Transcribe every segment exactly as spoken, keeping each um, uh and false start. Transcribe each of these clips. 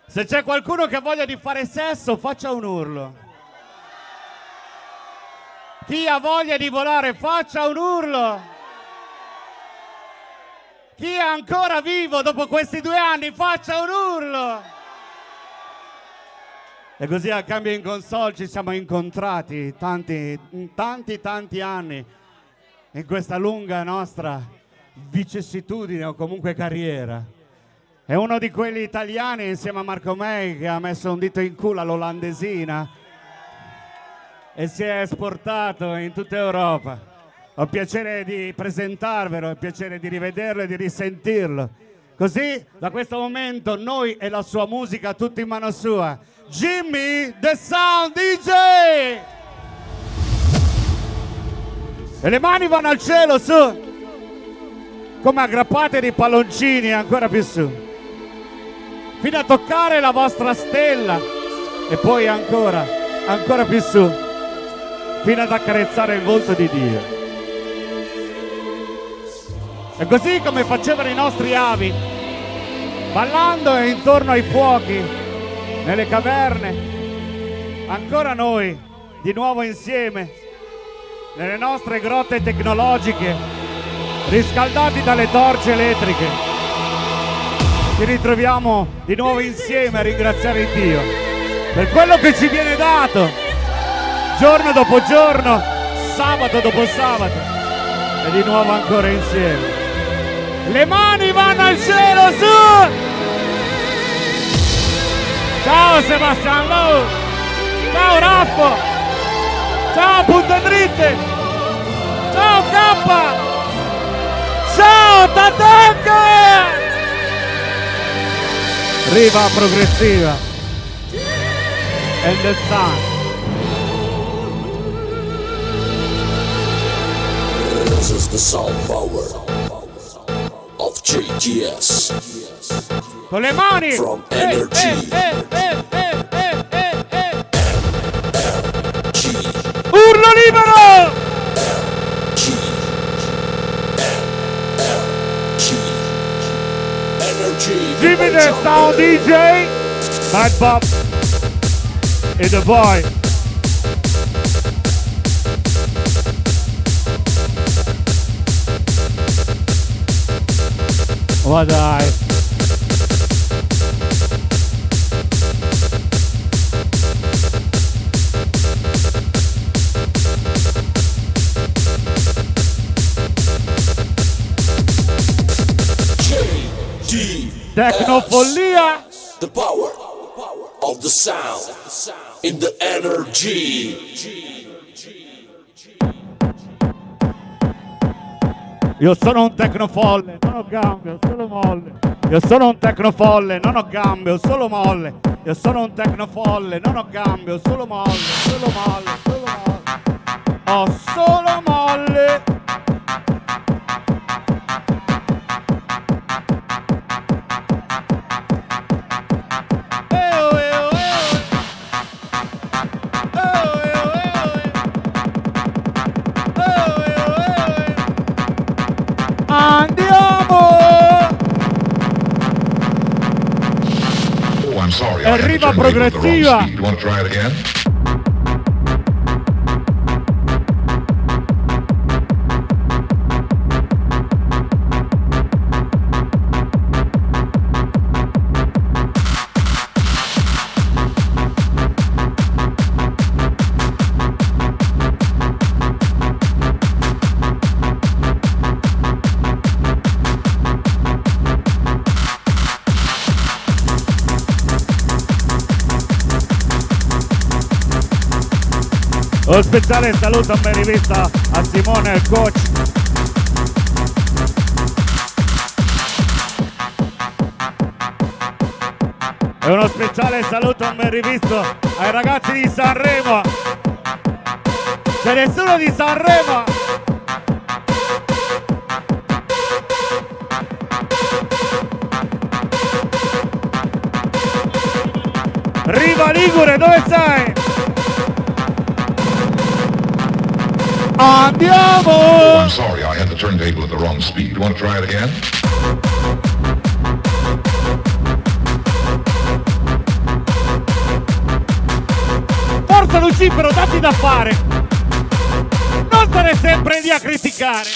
Se c'è qualcuno che ha voglia di fare sesso, faccia un urlo. Chi ha voglia di volare, faccia un urlo. Chi è ancora vivo dopo questi due anni, faccia un urlo. E così a Cambio in Console ci siamo incontrati tanti, tanti, tanti anni in questa lunga nostra vicissitudine o comunque carriera. È uno di quelli italiani insieme a Marco May che ha messo un dito in culo all'olandesina e si è esportato in tutta Europa. Ho piacere di presentarvelo, ho piacere di rivederlo e di risentirlo. Così, da questo momento, noi e la sua musica tutti in mano sua. Jimmy The Sound D J! E le mani vanno al cielo, su! Come aggrappate di palloncini, ancora più su. Fino a toccare la vostra stella e poi ancora, ancora più su, fino ad accarezzare il volto di Dio. E così come facevano i nostri avi, ballando intorno ai fuochi, nelle caverne, ancora noi, di nuovo insieme, nelle nostre grotte tecnologiche, riscaldati dalle torce elettriche, ci ritroviamo di nuovo insieme a ringraziare Dio per quello che ci viene dato giorno dopo giorno, sabato dopo sabato, e di nuovo ancora insieme. Le mani vanno al cielo, su! Ciao Sebastian Lowe, ciao Raffo, ciao Punte Dritte, ciao Kappa, ciao Tatanka! Riva progressiva and the sun. This is the sound power of J T S. Con le mani from Energy. Eh, eh, eh, eh, eh, eh, eh. Urlo libero! G. Energy. Jimmy The Sound D J, Mad Bob e The Boy. Ma dai. Tecnofollia. The power of the sound in the energy. Io sono un tecnofolle, non ho gambe, ho solo molle. Io sono un tecnofolle, non ho gambe, ho solo molle. Io sono un tecnofolle, non ho gambe, ho solo molle, solo molle, solo molle. Ho solo molle. Andiamo! Oh, I'm sorry. Arriva progressiva. You want to try it again? Un speciale saluto a me rivista a Simone il coach. E uno speciale saluto a me rivisto ai ragazzi di Sanremo. C'è nessuno di Sanremo? Riva Ligure, dove sei? Andiamo! Oh, I'm sorry, I had the turntable at the wrong speed. You want to try it again? Forza Lucifero, datti da fare. Non stare sempre lì a criticare.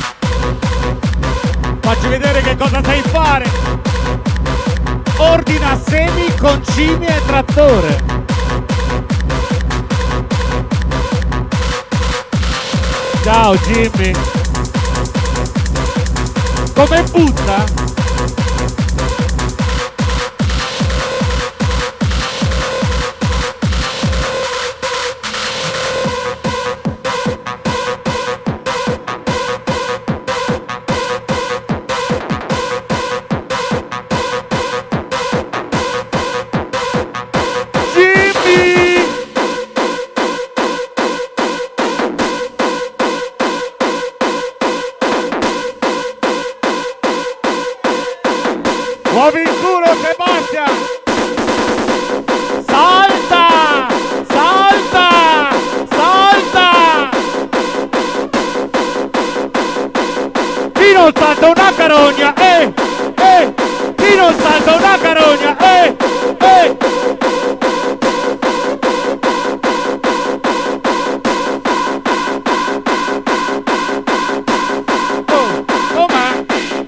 Facci vedere che cosa sai fare. Ordina semi, concimi e trattore. Ciao Jimmy. Come butta? Muovi il culo, Sebastian! Salta! Salta! Salta! Chi non salta una carogna? Eh! Eh! Chi non salta una carogna? Eh! Eh! Oh! Com'è?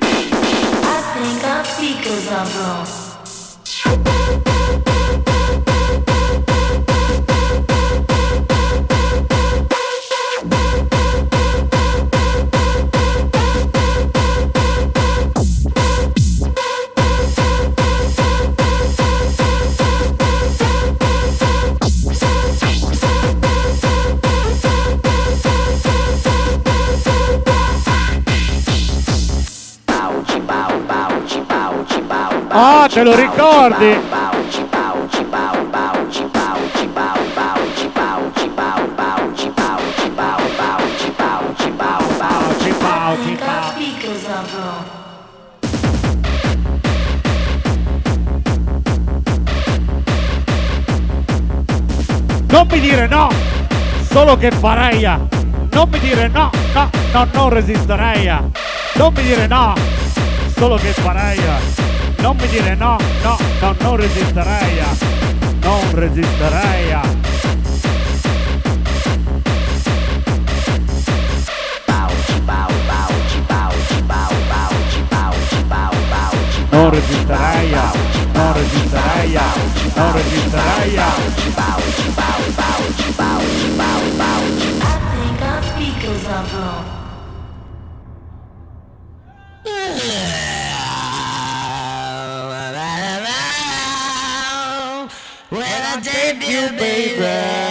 Ah, te lo ricordi? Non mi dire no, solo che farei. Non mi dire no, no, no, non resisterei. Non mi dire no, solo che farei. Non mi dire no, no, no, non resisterei. Non resisterei. Non resisterei, non resisterei, non resisterei. When I take you, baby,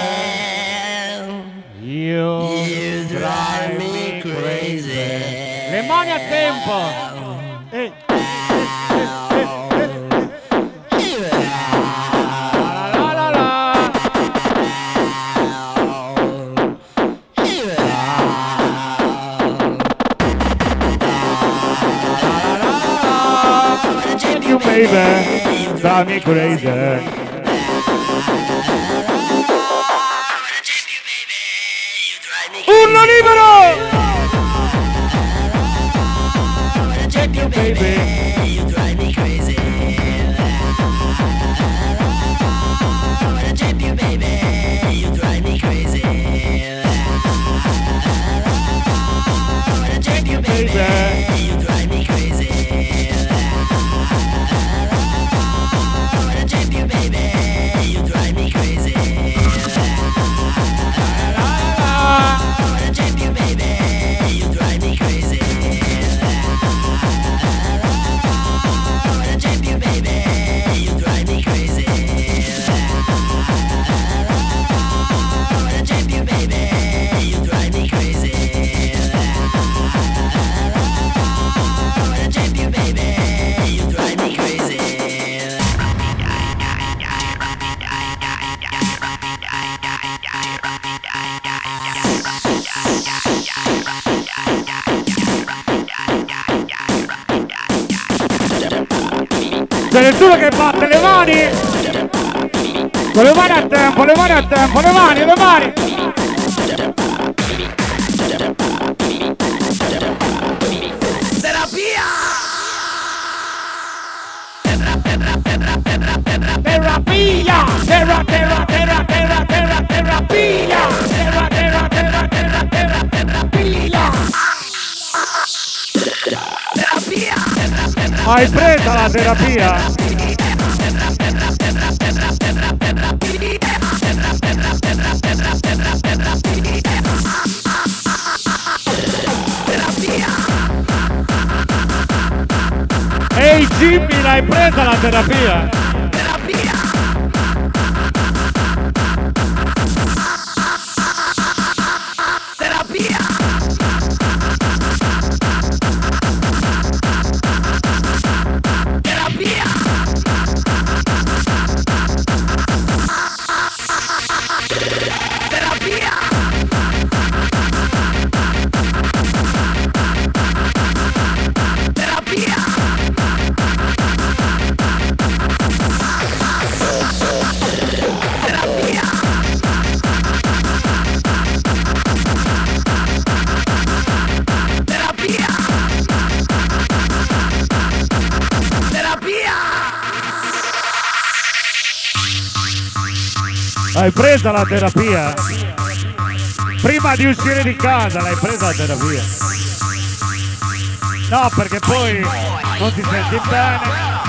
You, you drive me crazy. Le mani a tempo. Eh. La la la la. You baby, drive me crazy. Urlo libero! You baby, you drive me crazy. I wanna trip you, baby, you drive me crazy. I wanna trip you, baby, you drive me crazy. I wanna trip you, baby, you drive me crazy. I wanna trip you, baby, you drive me crazy. I wanna trip you, baby, you drive me crazy. I wanna trip you, baby, you drive me crazy. I wanna trip you, baby, you drive me crazy. C'è nessuno che batte le mani! Con le mani a tempo, le mani a tempo, le mani, le mani! Terapia! Terapia! Terra, terra, terra, terra, terra, terra, Hai presa la terapia? Ehi Jimmy, l'hai presa la terapia? Hai presa la terapia? Prima di uscire di casa l'hai presa la terapia? No, perché poi non ti senti bene.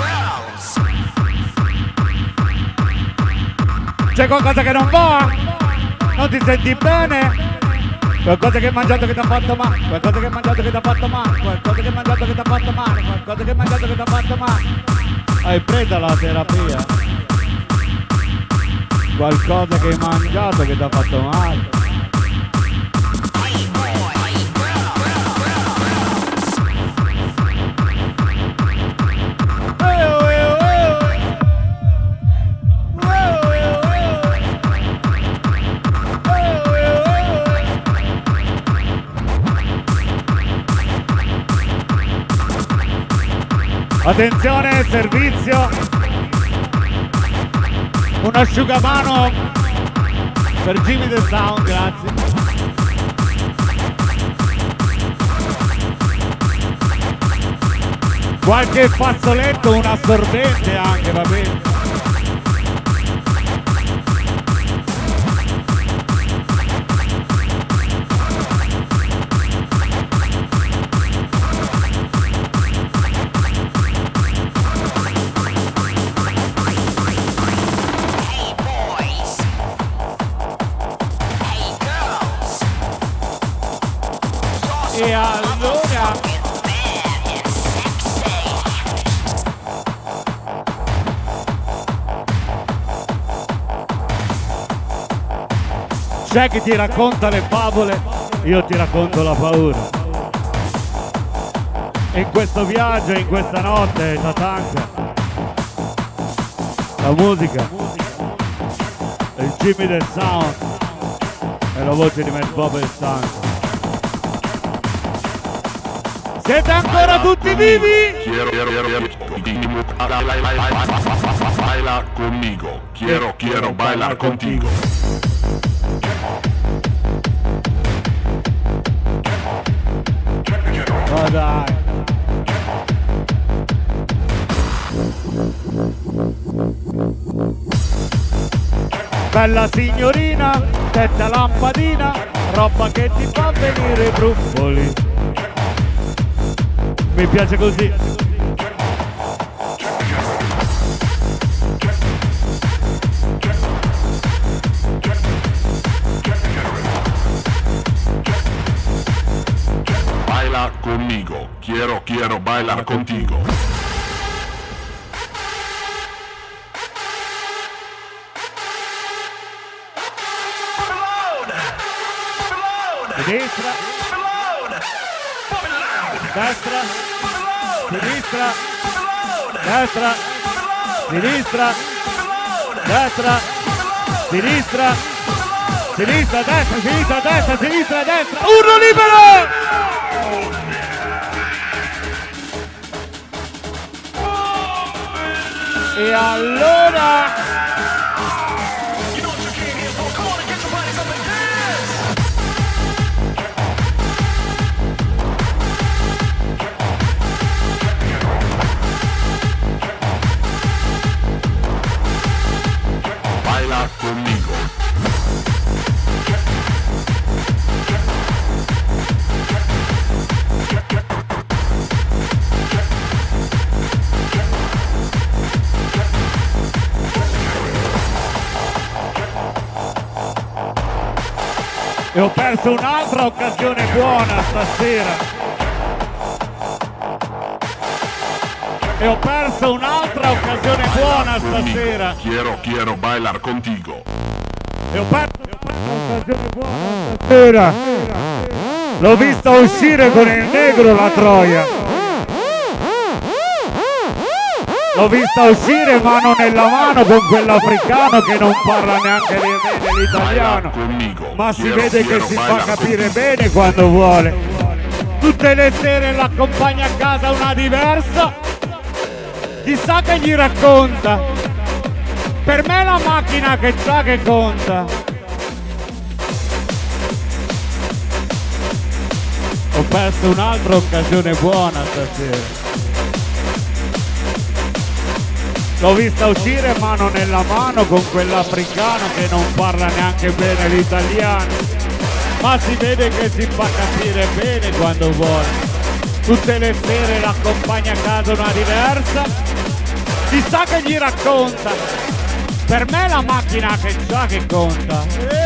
C'è qualcosa che non va? Non ti senti bene? Qualcosa che hai mangiato che ti ha fatto male? Qualcosa che hai mangiato che ti ha fatto male? Qualcosa che hai mangiato che ti ha fatto male? Qualcosa che hai mangiato che ti ha fatto male? Hai presa la terapia? Qualcosa che hai mangiato che ti ha fatto male? Attenzione, servizio, un asciugamano per Jimmy the Sound, grazie. Qualche fazzoletto, un assorbente anche, va bene. E allora c'è chi ti racconta le favole, io ti racconto la paura. E in questo viaggio, in questa notte, Tatanka, la musica, il Jimmy del Sound e la voce di Matt Bob e Stanco. Siete ancora tutti vivi? Quiero, quiero, quiero, baila conmigo. Quiero, quiero bailar contigo. Oh dai. Bella signorina, testa lampadina, roba che ti fa venire i brufoli. Mi piace così. Baila conmigo. Quiero, quiero bailar contigo. Sinistra. Destra. Sinistra. Destra. Sinistra. Destra. Sinistra. Sinistra, destra, sinistra, destra, sinistra, destra. Urlo libero! E allora... Baila conmigo. E ho perso un'altra occasione buona stasera. E ho perso un'altra occasione buona stasera. Quiero, quiero bailar contigo. E ho perso un'occasione buona stasera. L'ho vista uscire con il negro la troia. L'ho vista uscire mano nella mano con quell'africano che non parla neanche bene l'italiano. Ma si vede che si fa capire bene quando vuole. Tutte le sere l'accompagna a casa una diversa. Chissà che gli racconta. Per me è la macchina che sa che conta. Ho perso un'altra occasione buona stasera. L'ho vista uscire mano nella mano con quell'africano che non parla neanche bene l'italiano. Ma si vede che si fa capire bene quando vuole. Tutte le sere l'accompagna a casa una diversa. Chissà che gli racconta. Per me è la macchina che sa che conta.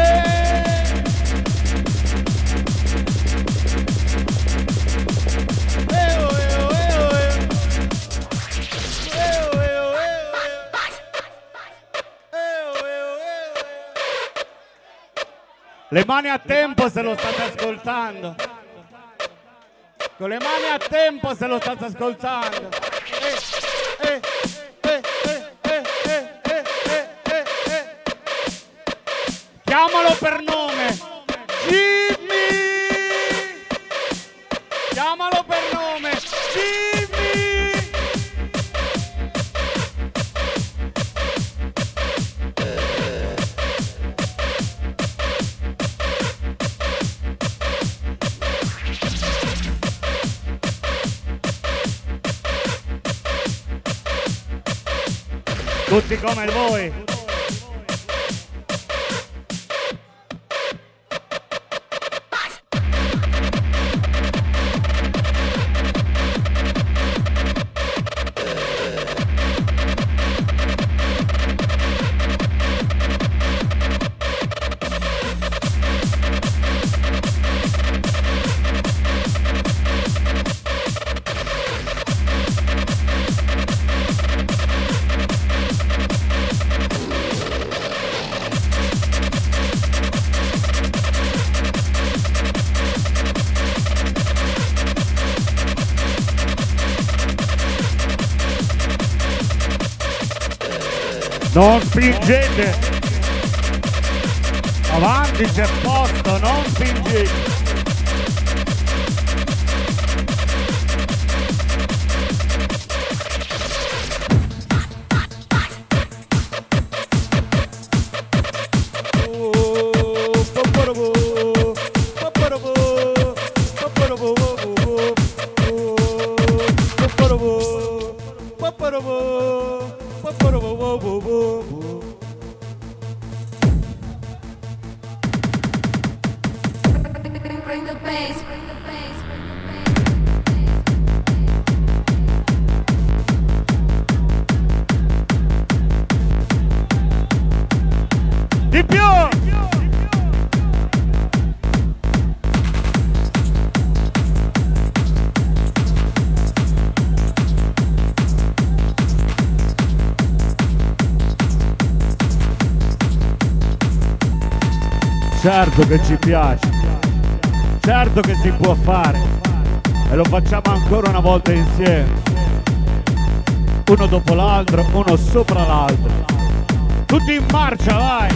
Le mani a tempo se lo state ascoltando. Con le mani a tempo se lo state ascoltando. Eh, eh, eh, eh, eh, eh, eh, eh, eh. Chiamalo per nome. Jimmy. Chiamalo per nome. Jimmy. Tutti come voi. Non spingete, avanti c'è posto, non spingete. Bring the bass, bring the bass, bring the bass. Di più! Certo che ci piace, certo che si può fare e lo facciamo ancora una volta insieme, uno dopo l'altro, uno sopra l'altro, tutti in marcia, vai!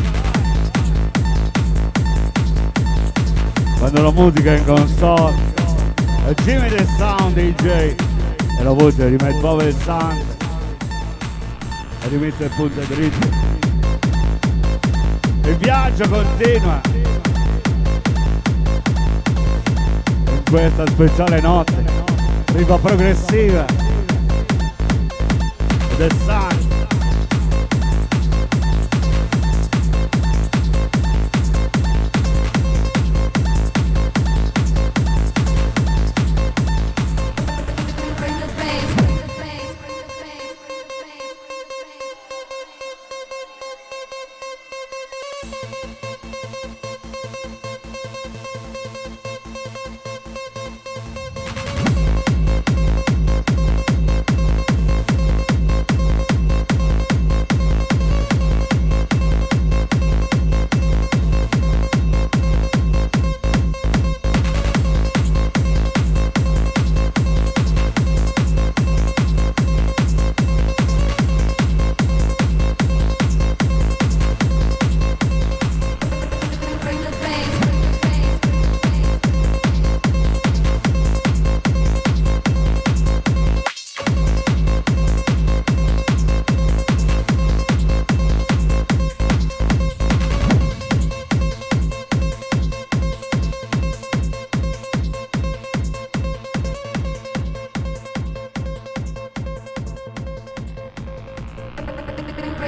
Quando la musica è in console è Jimmy the Sound D J e la voce di Matt Bove Sound e di mister Punto e Dritto. Il viaggio continua in questa speciale notte, riva progressiva del Sun. Bring the bass, bring the bass, bring the bass, bring the bass.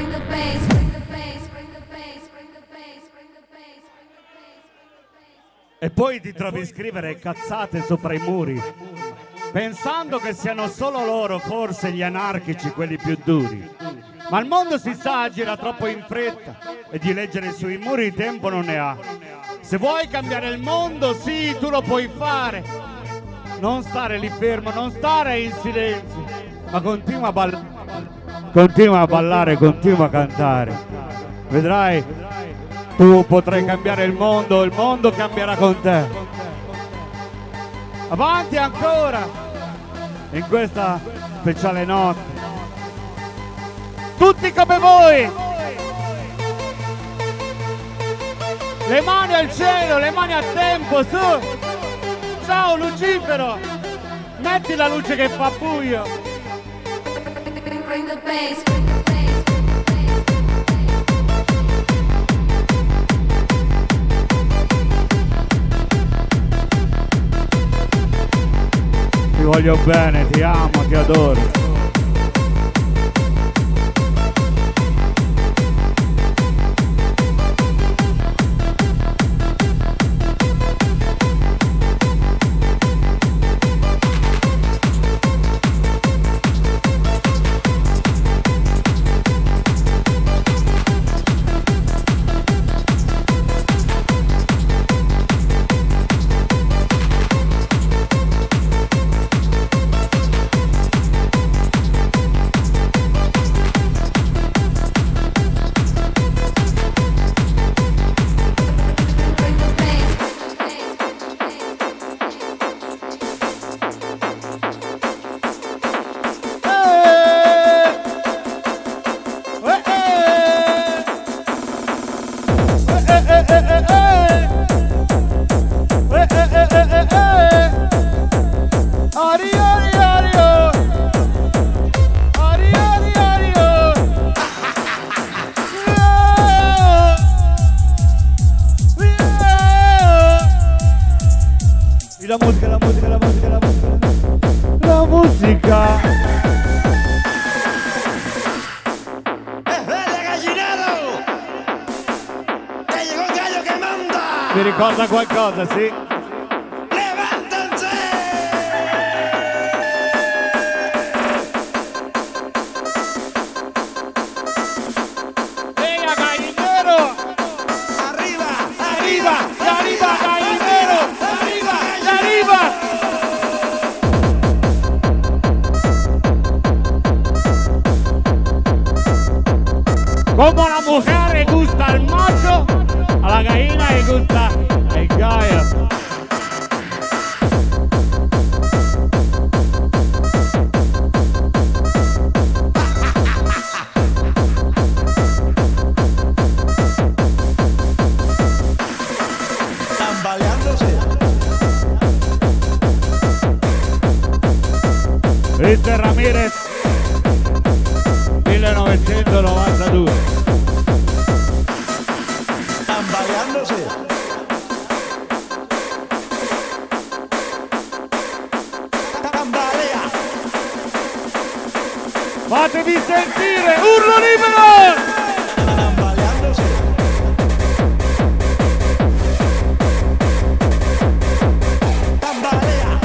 bring the bass, bring the bass, bring the bass, bring the bass, bring the bass, bring the bass, bring the bass. E poi ti trovi a scrivere cazzate sopra i muri, pensando che siano solo loro forse gli anarchici quelli più duri. Ma il mondo si sa gira troppo in fretta e di leggere sui muri tempo non ne ha. Se vuoi cambiare il mondo, sì, tu lo puoi fare. Non stare lì fermo, non stare in silenzio, ma continua a ballare, continua a ballare, continua a cantare. Vedrai, tu potrai cambiare il mondo, il mondo cambierà con te. Avanti ancora in questa speciale notte. Tutti come voi! Le mani al cielo, le mani a tempo, su! Ciao Lucifero! Metti la luce che fa buio! Bring the bass, bring the bass, Ti voglio bene, ti amo, ti adoro. La musica, la musica, la musica, la musica, la musica. ¡Es verde gallinero! ¡Que llegó el gallo que manda! Mi ricorda qualcosa, sì? ¡Levántense! Venga, gallinero! ¡Arriba! Arriva, arriva, gallinero! Arriva, arriva! Como a la mujer le gusta el macho, a la gallina le gusta el gallo. Tambaleándose. Mister Ramirez, millenovecentonovantadue. Tambaleándose. Tambalea. Fatevi sentire, urlo libero! Tambaleándose. Tambalea.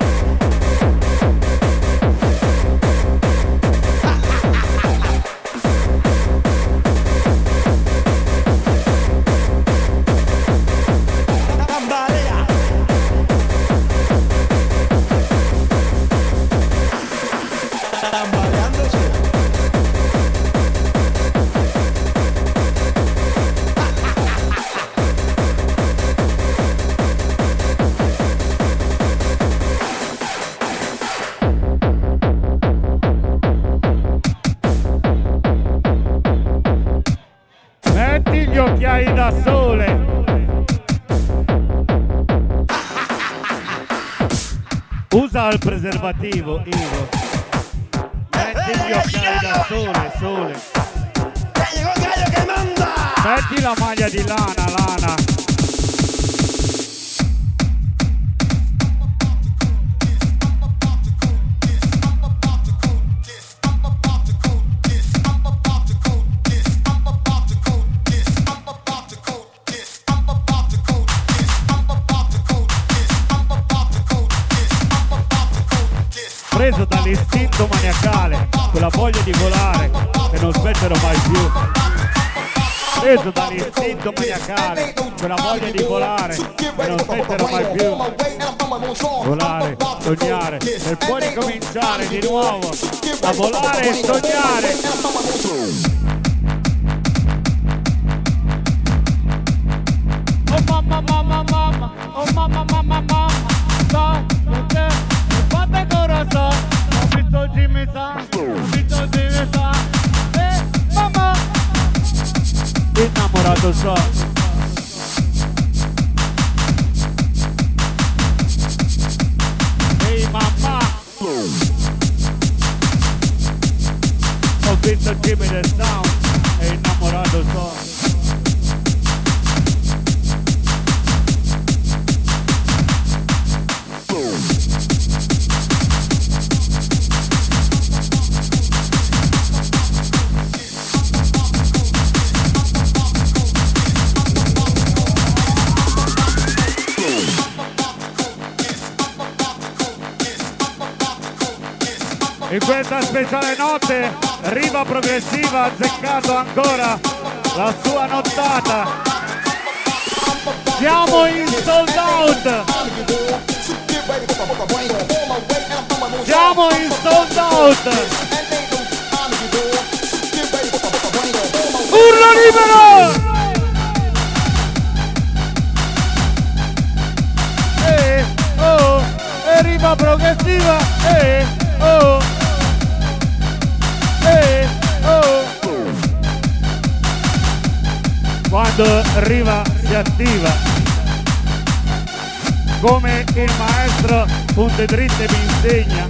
Tambalea. Tambaleándose. Metti gli occhiali da sole. Usa il preservativo, Ivo. Metti gli occhiali da sole, sole. ¡Que llegó el gallo que manda! Metti la maglia di lana, lana. istinto maniacale, quella voglia di volare che non smetterò mai più. Preso dall'istinto maniacale, quella voglia di volare che non smetterò mai più. Volare, sognare e poi ricominciare di nuovo a volare e sognare. Oh mamma mamma mamma, oh mamma mamma mamma, so perché mi fate corazon, ho visto Jimmy Sa, ho visto Jimmy Sa, eh mamma, innamorato so. Ehi mamma, ho visto Jimmy the Sound e innamorato so. In questa speciale notte Riva Progressiva ha azzeccato ancora la sua nottata. Siamo in sold out. Siamo in sold out. Urlo libero! Eh, oh, e Riva Progressiva, eh, oh. Eh, oh. Quando Riva si attiva come il maestro punte dritte mi insegna.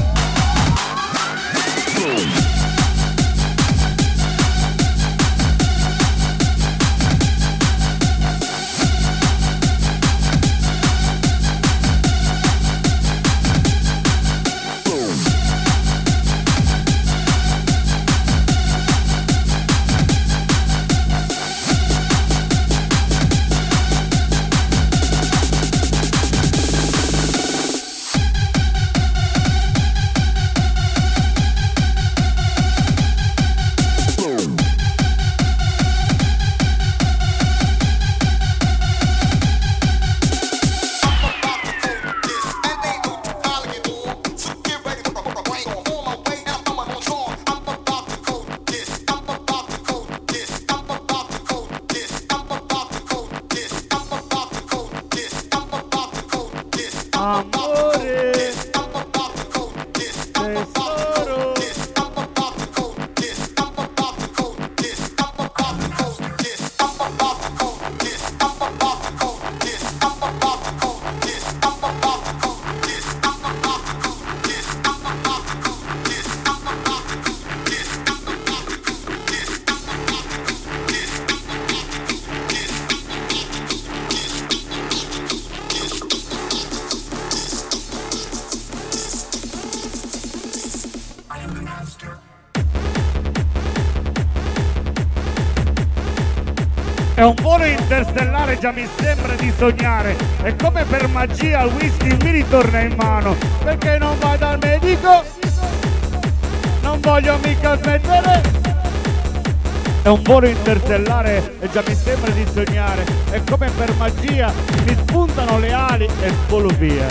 È un volo interstellare, già mi sembra di sognare. E come per magia il whisky mi ritorna in mano. Perché non vai dal medico? Non voglio mica smettere. È un volo interstellare e già mi sembra di sognare. E come per magia mi spuntano le ali e volo via.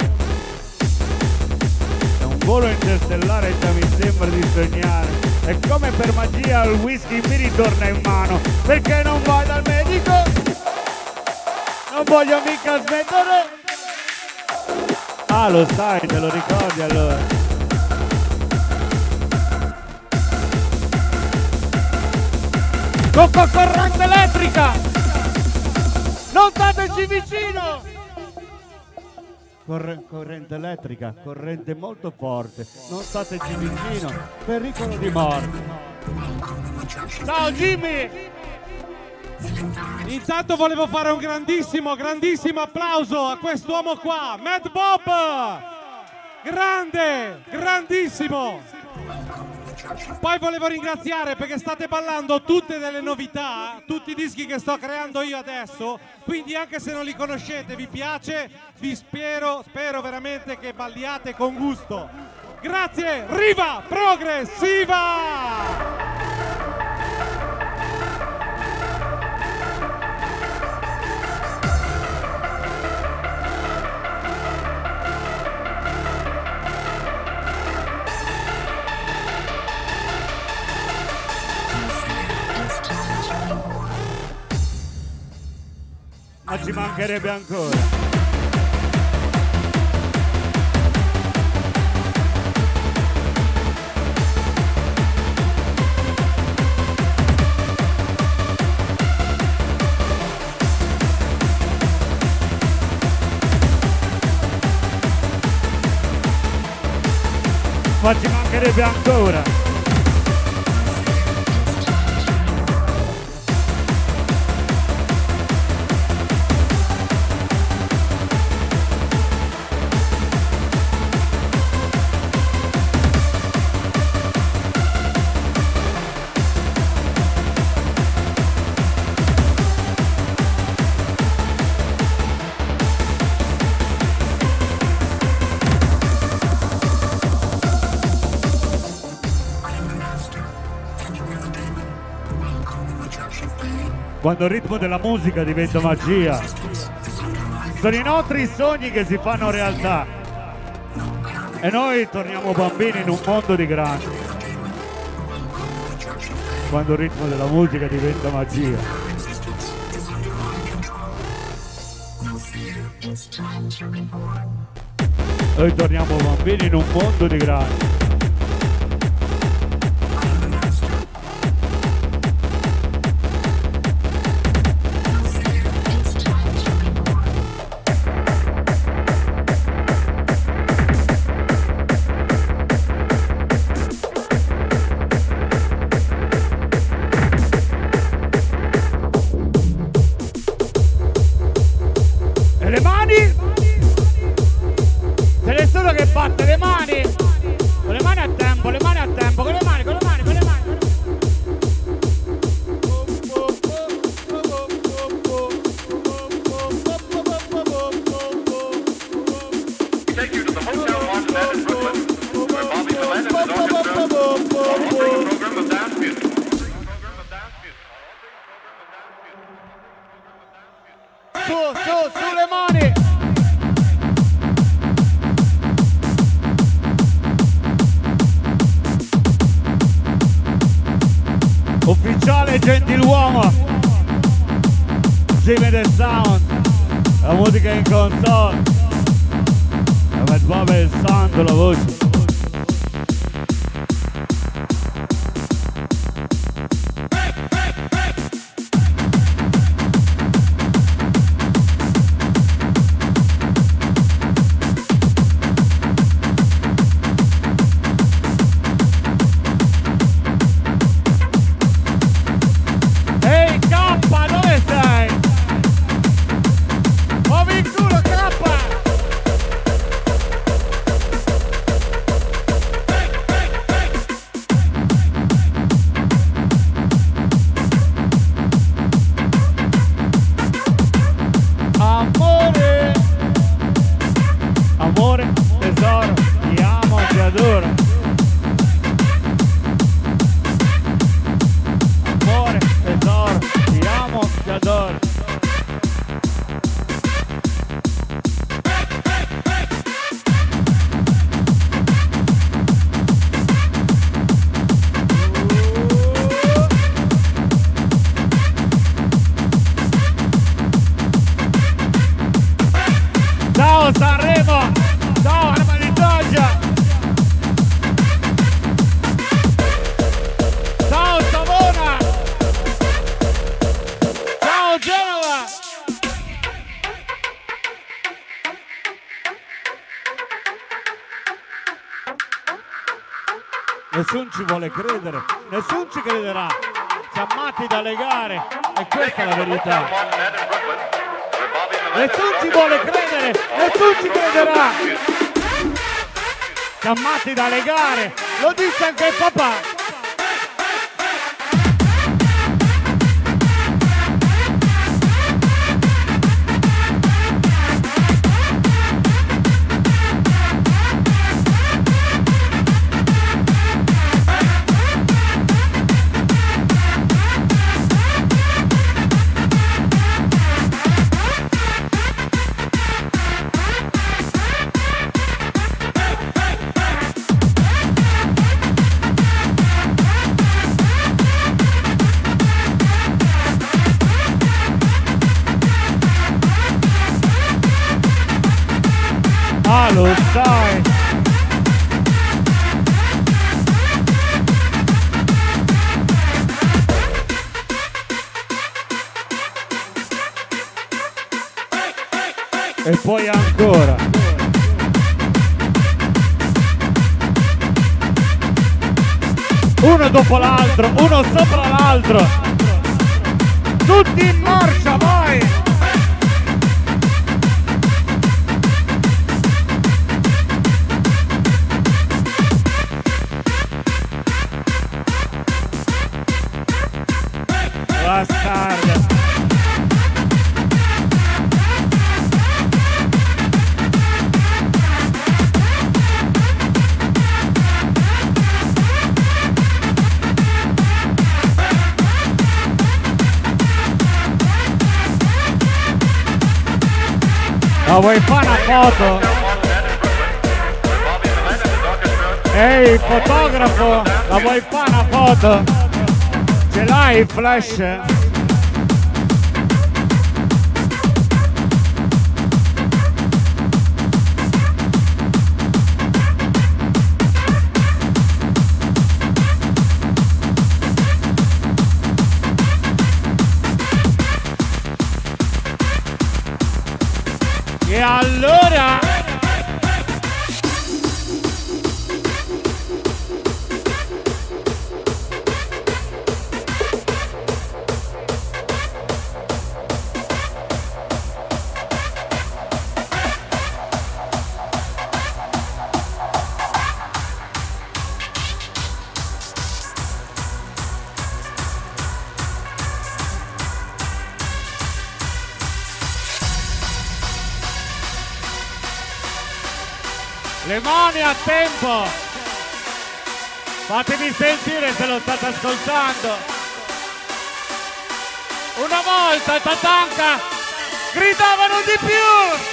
È un volo interstellare e già mi sembra di sognare. E come per magia il whisky mi ritorna in mano. Perché non vai dal medico? Non voglio mica smettere. Ah, lo sai, te lo ricordi allora. Con corrente elettrica! Non stateci vicino! Corre- corrente elettrica, corrente molto forte, non stateci vicino, pericolo di morte. Ciao Jimmy! Intanto volevo fare un grandissimo, grandissimo applauso a quest'uomo qua, Mad Bob! Grande, grandissimo! Poi volevo ringraziare perché state ballando tutte delle novità, tutti i dischi che sto creando io adesso, quindi anche se non li conoscete, vi piace, vi spero, spero veramente che balliate con gusto. Grazie, Riva Progressiva! Ma ci mancherebbe ancora. Ma ci mancherebbe ancora. Quando il ritmo della musica diventa magia, sono i nostri sogni che si fanno realtà e noi torniamo bambini in un mondo di grandi. Quando il ritmo della musica diventa magia. Noi torniamo bambini in un mondo di grandi. Ufficiale gentiluomo Jimmy the Sound, la musica in console, dove muove il sound, la voce. Nessuno ci vuole credere, nessuno ci crederà, siamo matti dalle gare e questa è la verità. Nessuno ci vuole credere, nessuno ci crederà. Siamo matti dalle gare, lo dice anche il papà. lo sai. E poi ancora. Uno dopo l'altro, uno sopra l'altro. Tutti in marcia, vai! Bastardo. Ma vuoi fare una foto? Ehi, fotografo, la vuoi fare una foto? Ce l'hai il flash? E allora le mani a tempo, fatemi sentire se lo state ascoltando. Una volta i Tatanka gridavano di più.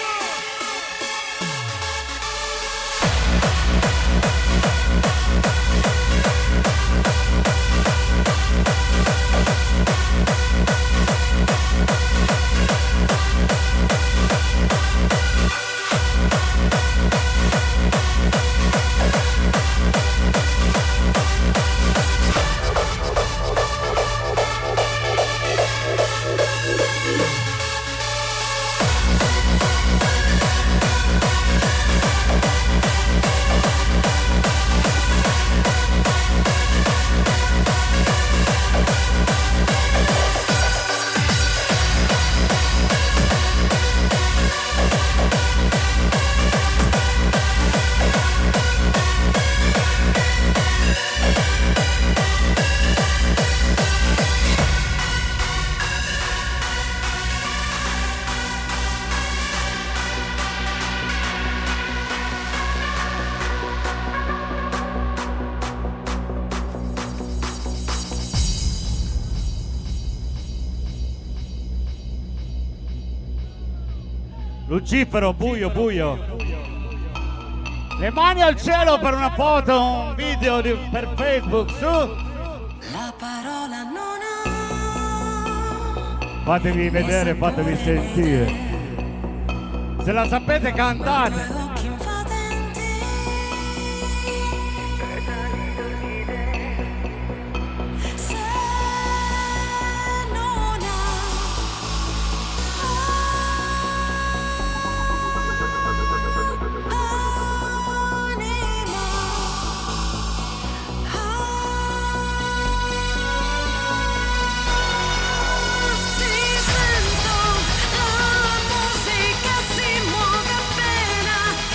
Lucifero, buio, buio. Le mani al cielo per una foto, un video di, per Facebook, su. La parola non ha. Fatevi vedere, fatevi sentire. Se la sapete cantate. Occhi invadenti. Se non ha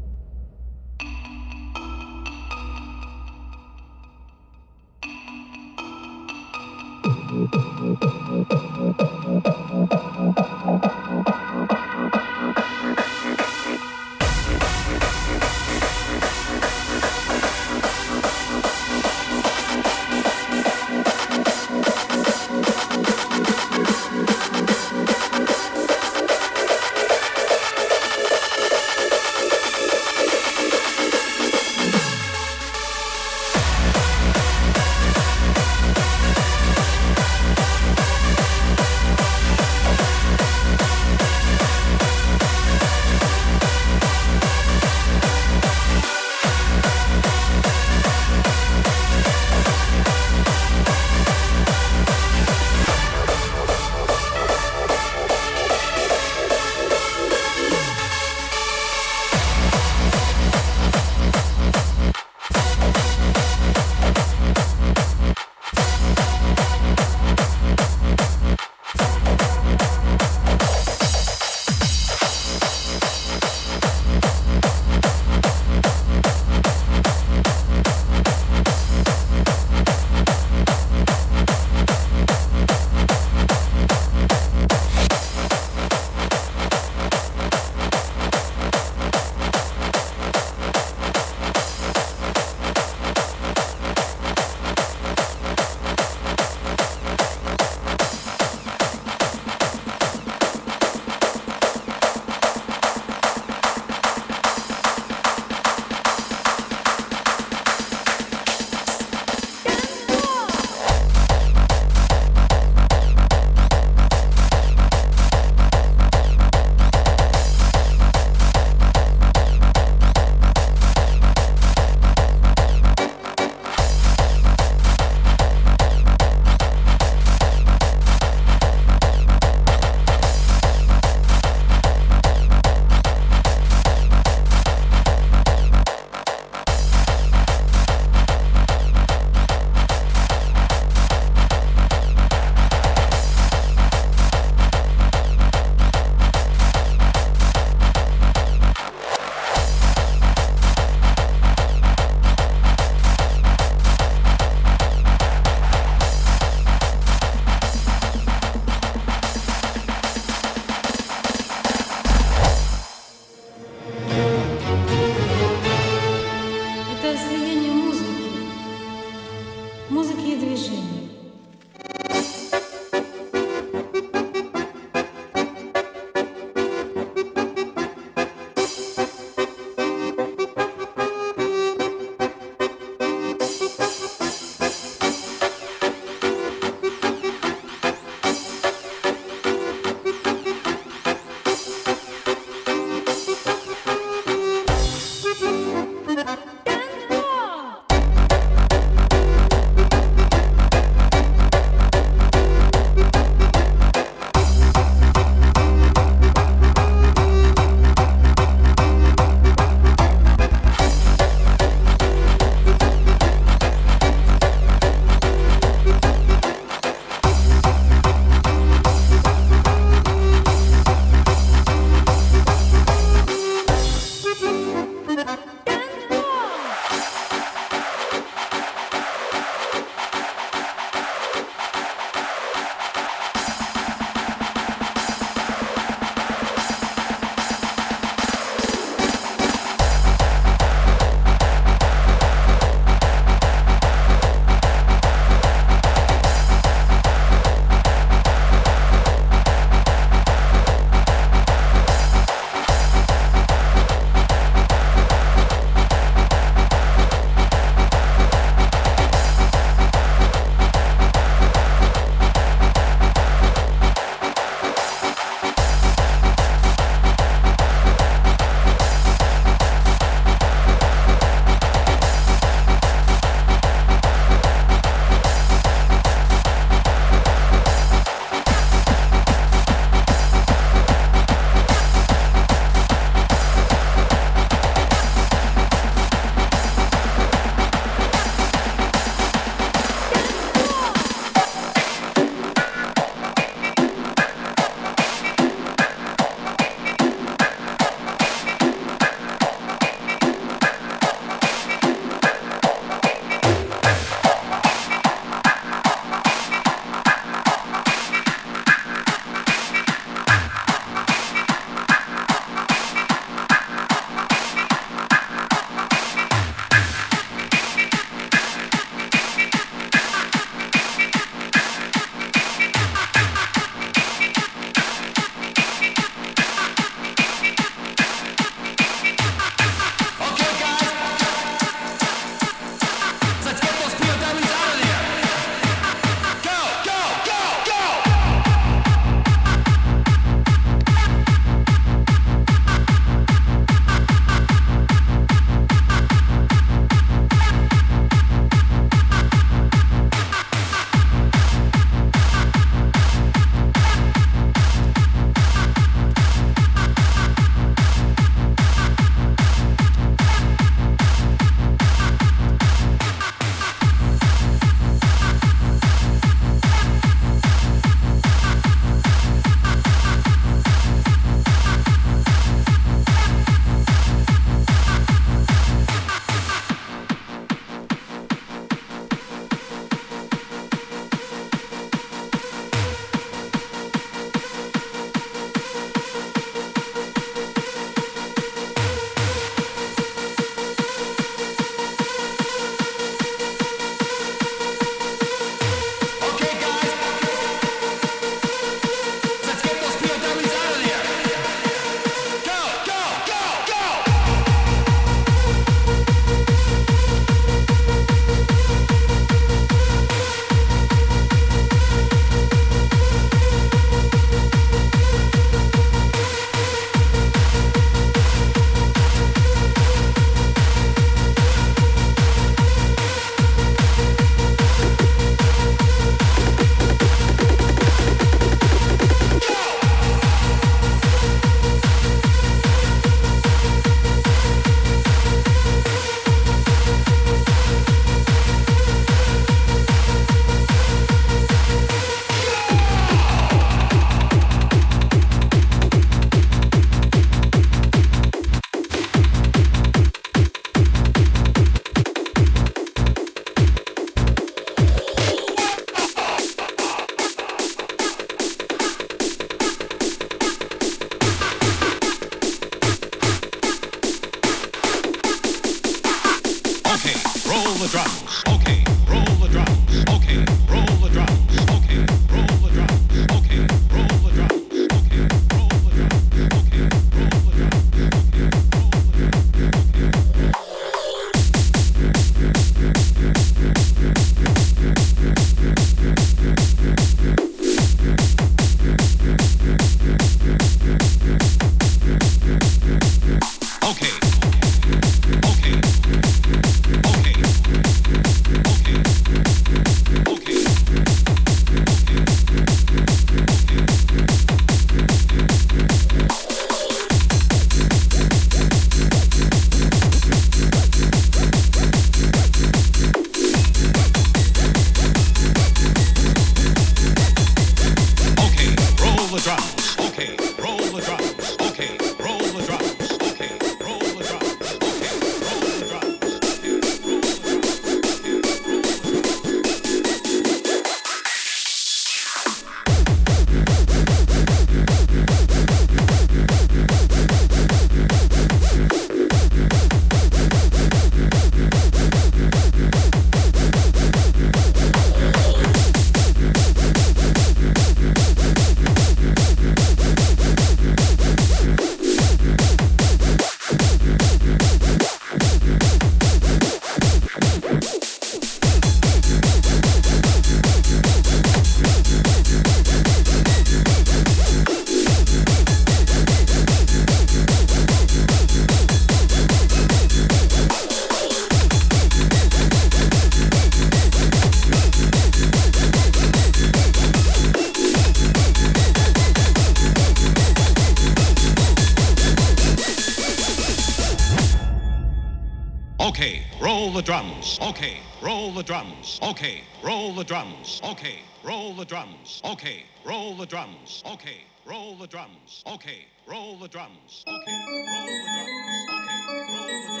Okay, roll the drums. Okay, roll the drums. Okay, roll the drums. Okay, roll the drums. Okay, roll the drums. Okay, roll the drums. Okay, roll the drums. Okay, roll the drums. Okay, roll the drums.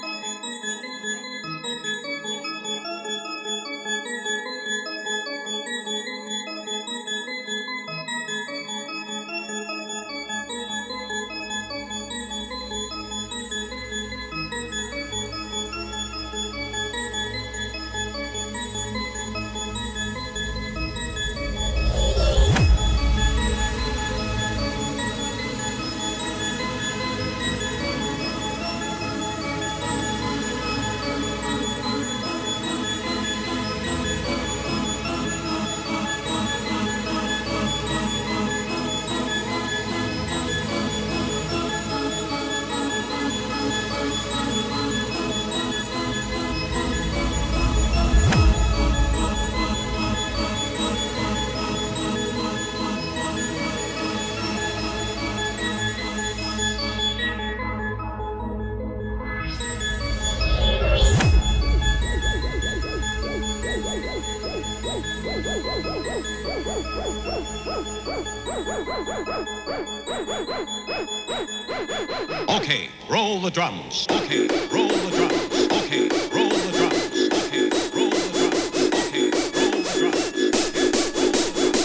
Okay, roll the drums. Okay, roll the drums. Okay, roll the drums. Okay, roll the drums. Okay, roll the drums.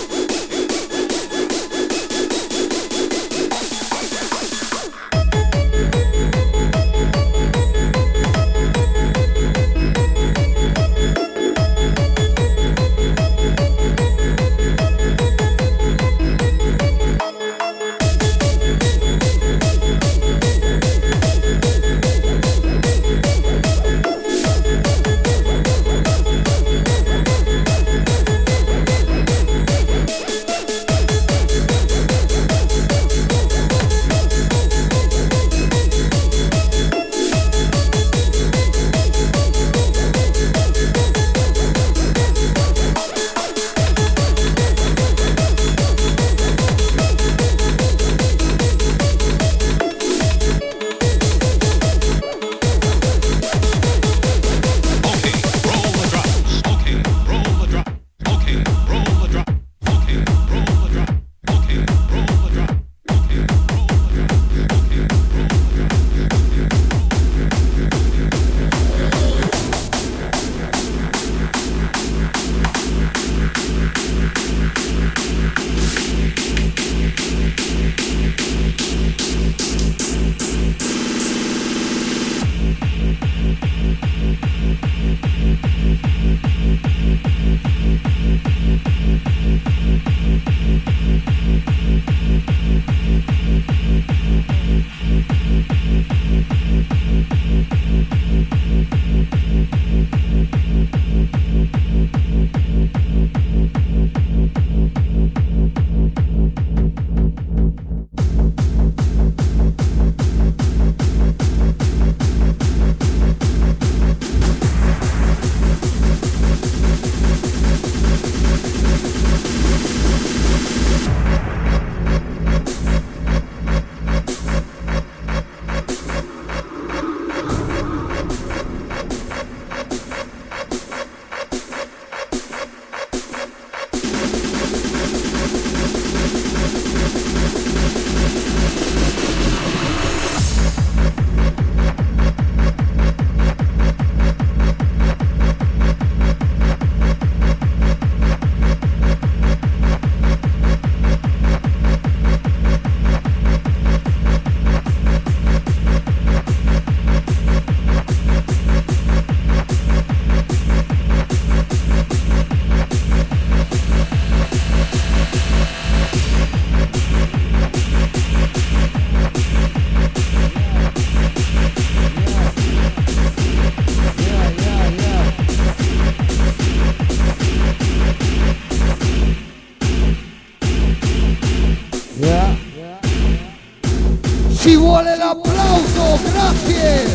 Ci vuole l'applauso, grazie!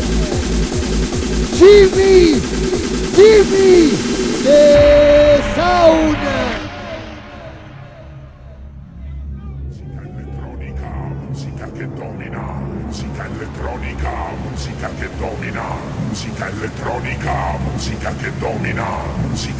Jimmy! Jimmy! The Sound! Musica elettronica, musica che domina, musica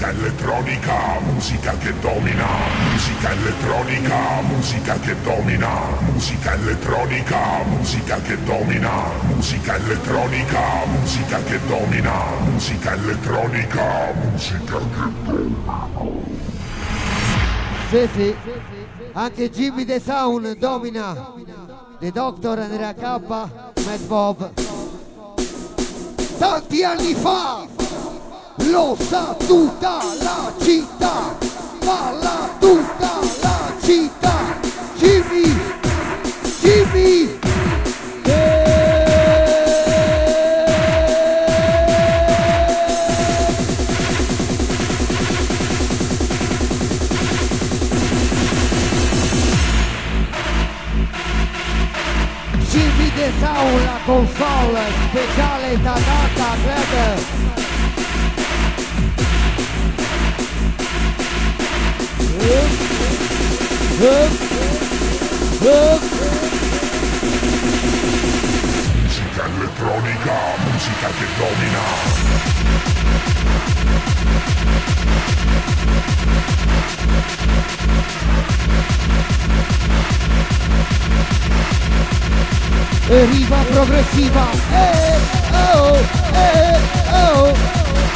musica elettronica, musica che domina, musica elettronica, musica che domina, musica elettronica, musica che domina, musica elettronica, musica che domina, musica elettronica, musica che domina. Sì, sì, anche Jimmy The Sound domina. The Doctor, Andrea K, Mad Bob. Tanti anni fa lo sa tutta la città, balla tutta la città. Jimmy, Jimmy. Jimmy The Sound, la console speciale da Data Greg. Musica elettronica, musica che domina. E riva progressiva, eh, oh, eh, oh.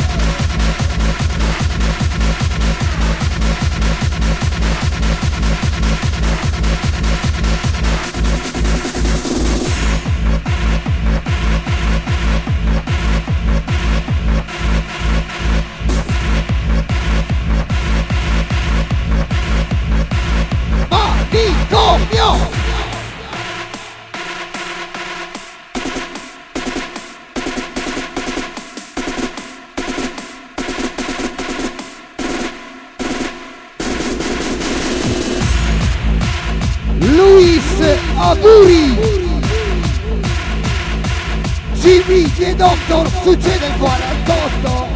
Manicomio! Luis Auguri, Jimmy The Doctor, succede il quarantotto.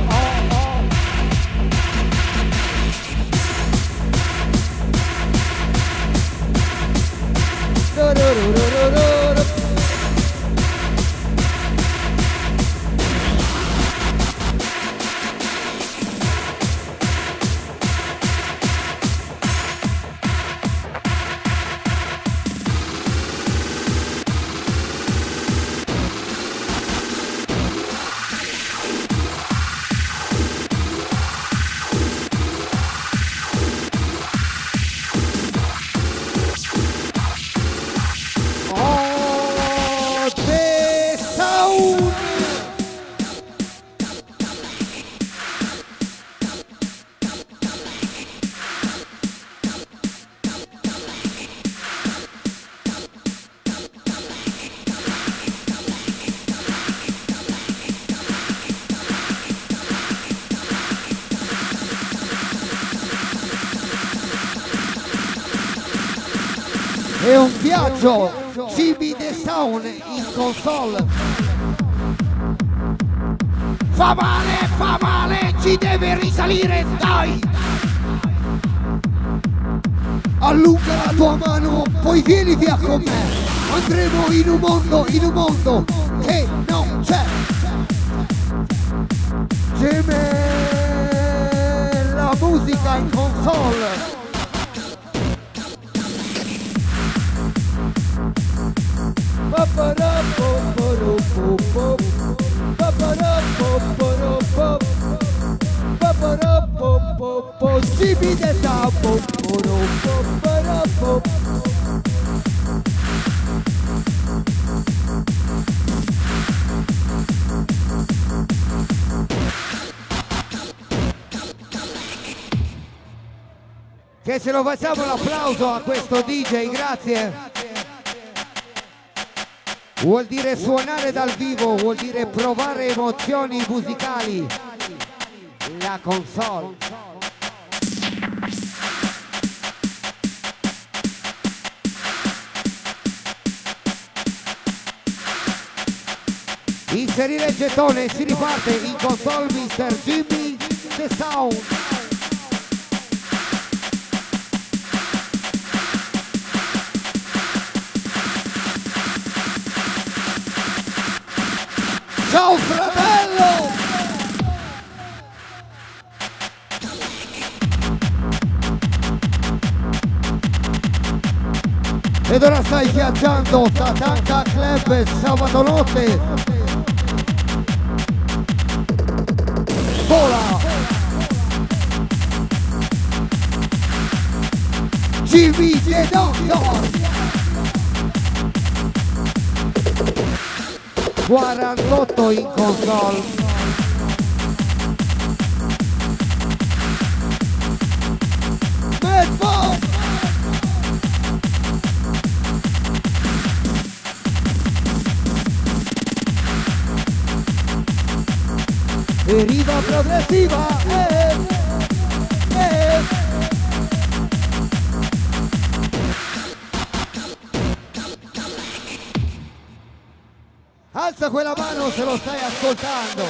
È un viaggio, Jimmy The Sound in console. Fa male, fa male, ci deve risalire, dai! Allunga la tua mano, poi vieni via con me. Andremo in un mondo, in un mondo che non c'è. Jimmy, la musica in console. Jimmy The Sound. Che se lo facciamo l'applauso a questo D J, grazie. Vuol dire suonare dal vivo, vuol dire provare emozioni musicali. La console. Inserire il gettone, si riparte in console mister Jimmy The Sound. Ciao fratello! Ed ora stai viaggiando Tatanka Club sabato notte. Vola Jimmy the Doctor. quarantotto in console. Bad Boy. Deriva progressiva, eh, eh. Alza quella mano se lo stai ascoltando.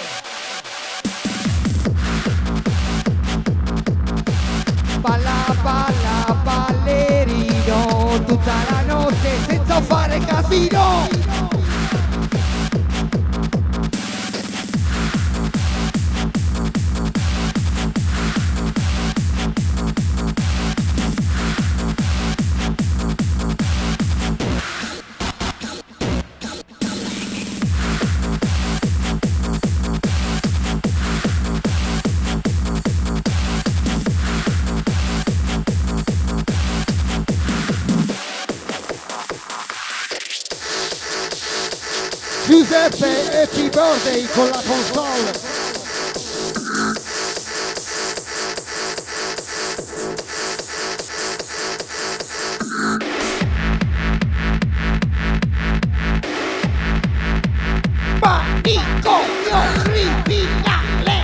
Balla, balla, ballerino tutta la notte senza fare casino. Giuseppe Happy Birthday con la console. Manicomio criminale.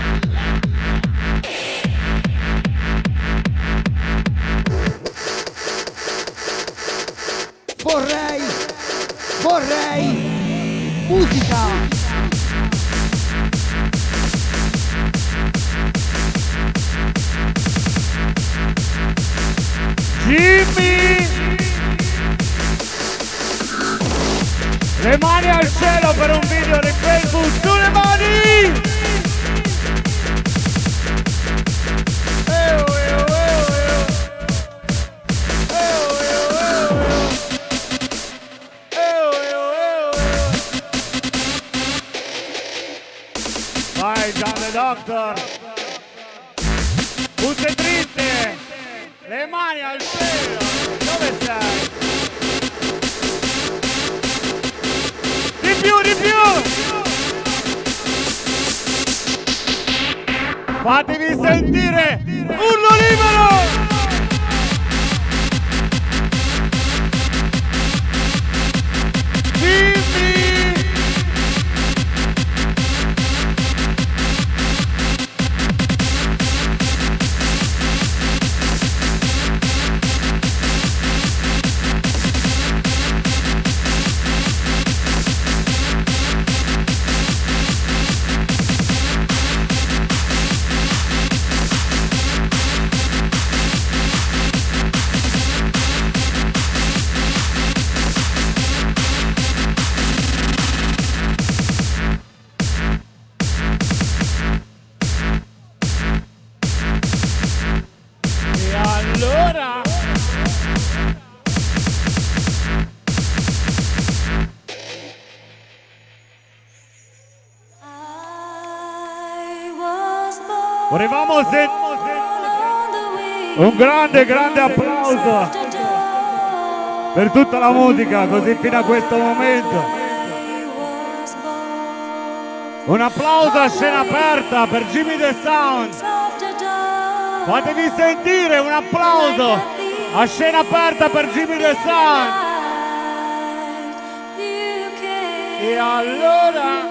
Vorrei, vorrei musica. Jimmy! Le mani al cielo per un video di Facebook, su le mani! Eo, eo, eo, eo. Eo, eo, eo, eo. Eo, eo, eo, eo. Vai, John the Doctor! Tutte dritte! Le mani al cielo! Dove sei? Di più, di più! Fatemi sentire! Urlo libero! Jimmy! E allora? Volevamo se... un grande, grande applauso per tutta la musica, così fino a questo momento. Un applauso a scena aperta per Jimmy the Sound. Fatevi sentire un applauso a scena aperta per Jimmy the Sound. E allora...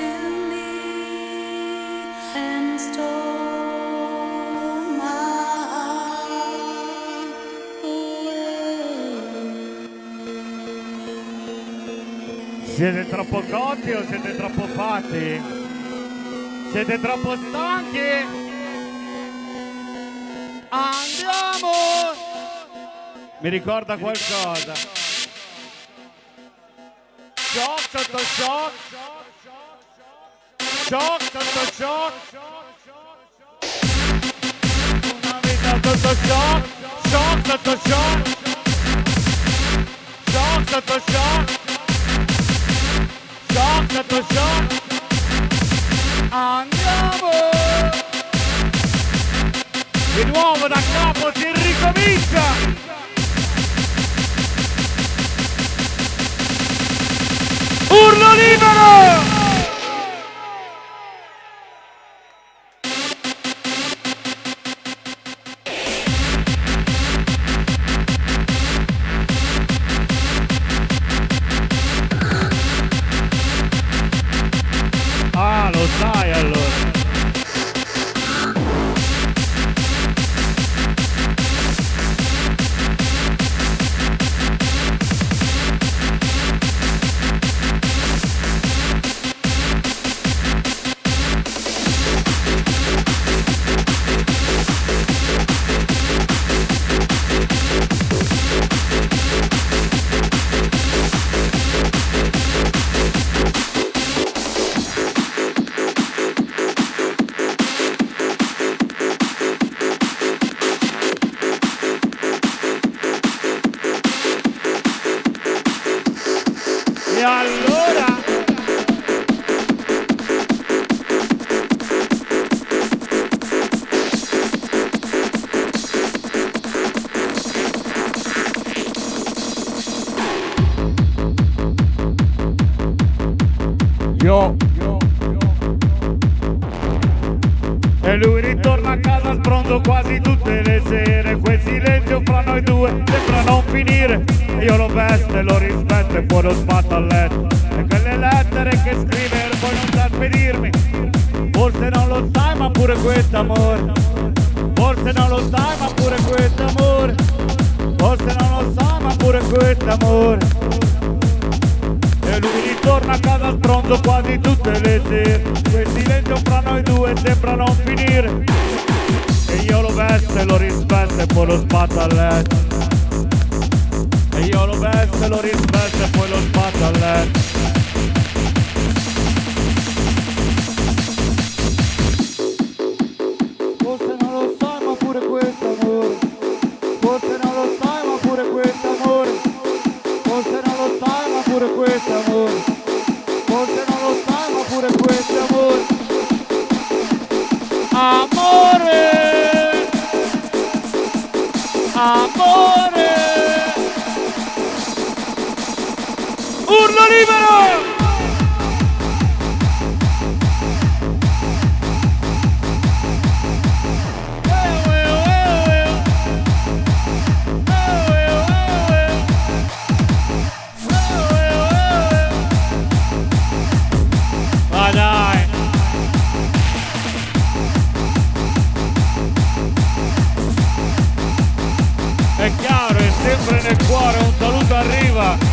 Siete troppo cotti o siete troppo fatti? Siete troppo stanchi? Andiamo! Mi ricorda qualcosa? Shock sotto shock! Shock sotto shock! Una vita sotto shock! Shock sotto shock! shock sotto shock, shock sotto shock, andiamo! Di nuovo da capo si ricomincia! Urlo libero! Ah, lo sai allora. E allora Yo, yo, yo. E lui ritorna a casa spronto quasi tutte le sere. Quel silenzio fra noi due sembra non finire. Io lo vesto e lo rispetto e poi lo sbatto a letto. E quelle lettere che scrive poi non sa spedirmi. Forse non lo sai ma pure questo amore. Forse non lo sai ma pure questo amore. Forse non lo sai ma pure questo amore. E lui ritorna a casa spronto quasi tutte le sere. Quel silenzio fra noi due sembra non finire. E io lo vesto e lo rispetto e poi lo sbatto a letto. E io lo vesto e lo rispetto e poi lo sbatto a letto. Forse non lo sai ma pure questo amore. Forse non lo sai ma pure questo amore. Forse non lo sai ma pure questo amore. Forse non lo sai ma pure questo amore. Amore, amore. Urlo libero! Ma dai! È chiaro, è sempre nel cuore, un saluto arriva!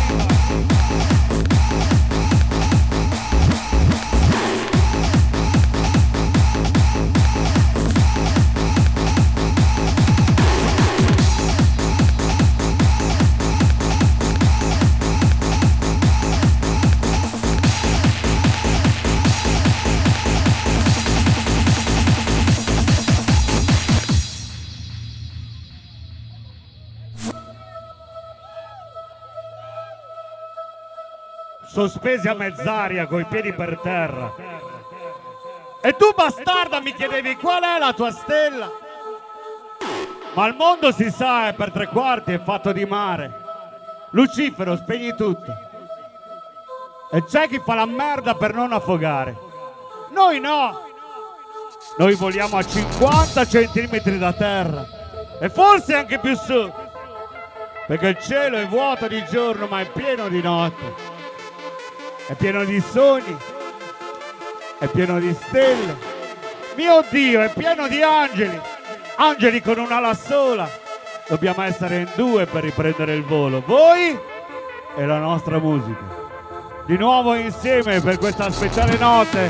Sospesi a mezz'aria coi piedi per terra. E tu bastarda mi chiedevi qual è la tua stella? Ma il mondo si sa è per tre quarti è fatto di mare. Lucifero spegni tutto. E c'è chi fa la merda per non affogare. Noi no. Noi voliamo a cinquanta centimetri da terra. E forse anche più su. Perché il cielo è vuoto di giorno ma è pieno di notte. È pieno di sogni, è pieno di stelle. Mio Dio, è pieno di angeli. Angeli con un'ala sola. Dobbiamo essere in due per riprendere il volo. Voi e la nostra musica. Di nuovo insieme per questa speciale notte.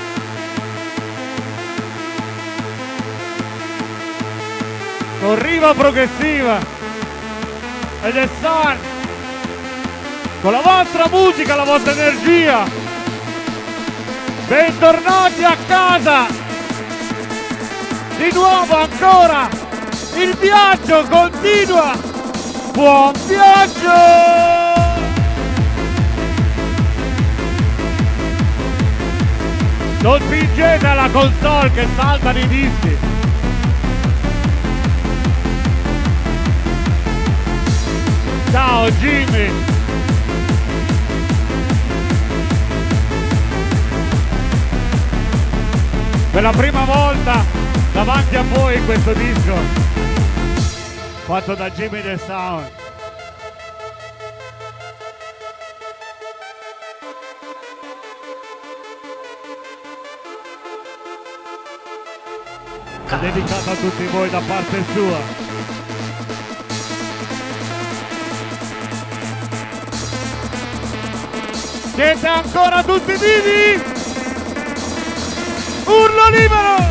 Con riva progressiva. Ed è Sun. Con la vostra musica, la vostra energia. Bentornati a casa. Di nuovo ancora. Il viaggio continua. Buon viaggio! Non spingete alla console che saltano i dischi. Ciao Jimmy. Per la prima volta davanti a voi questo disco fatto da Jimmy The Sound. È dedicato a tutti voi da parte sua. Siete ancora tutti vivi? Urlo libero!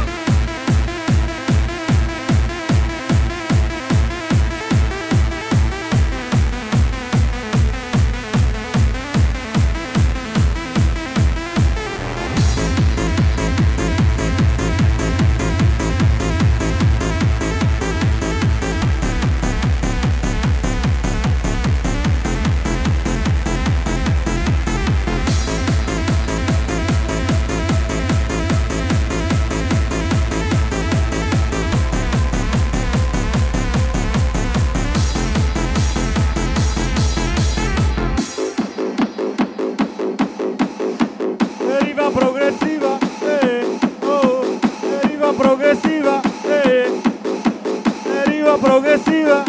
Progressiva, eh, oh, deriva progressiva, eh, deriva progressiva.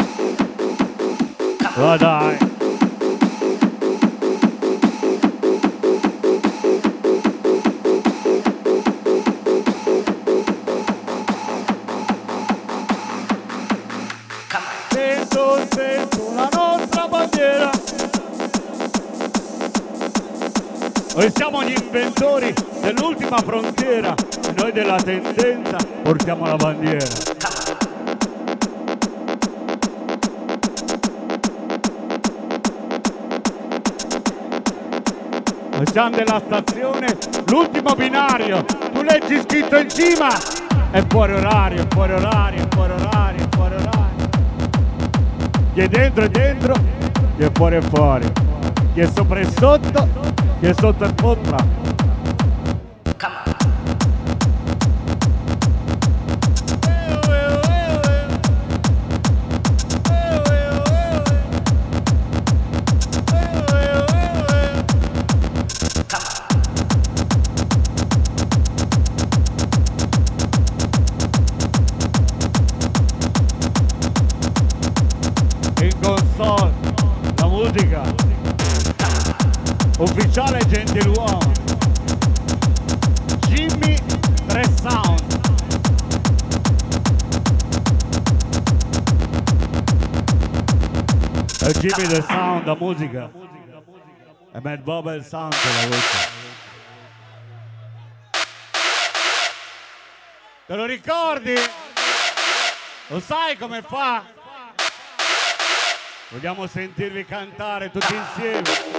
Ma dai. Sento, sento la nostra bandiera. Noi siamo gli inventori dell'ultima frontiera, noi della tendenza portiamo la bandiera. Noi siamo della stazione, l'ultimo binario, tu leggi scritto in cima, è fuori orario, è fuori orario, è fuori orario, è fuori orario. Chi è dentro è dentro, chi è fuori è fuori, chi è sopra è sotto, chi è sotto è sopra. Ufficiale gentiluomo Jimmy The Sound. È Jimmy The Sound, la musica. E Mad Bob il Sound la voce. Te lo ricordi? Lo sai come fa? Vogliamo sentirvi cantare tutti insieme.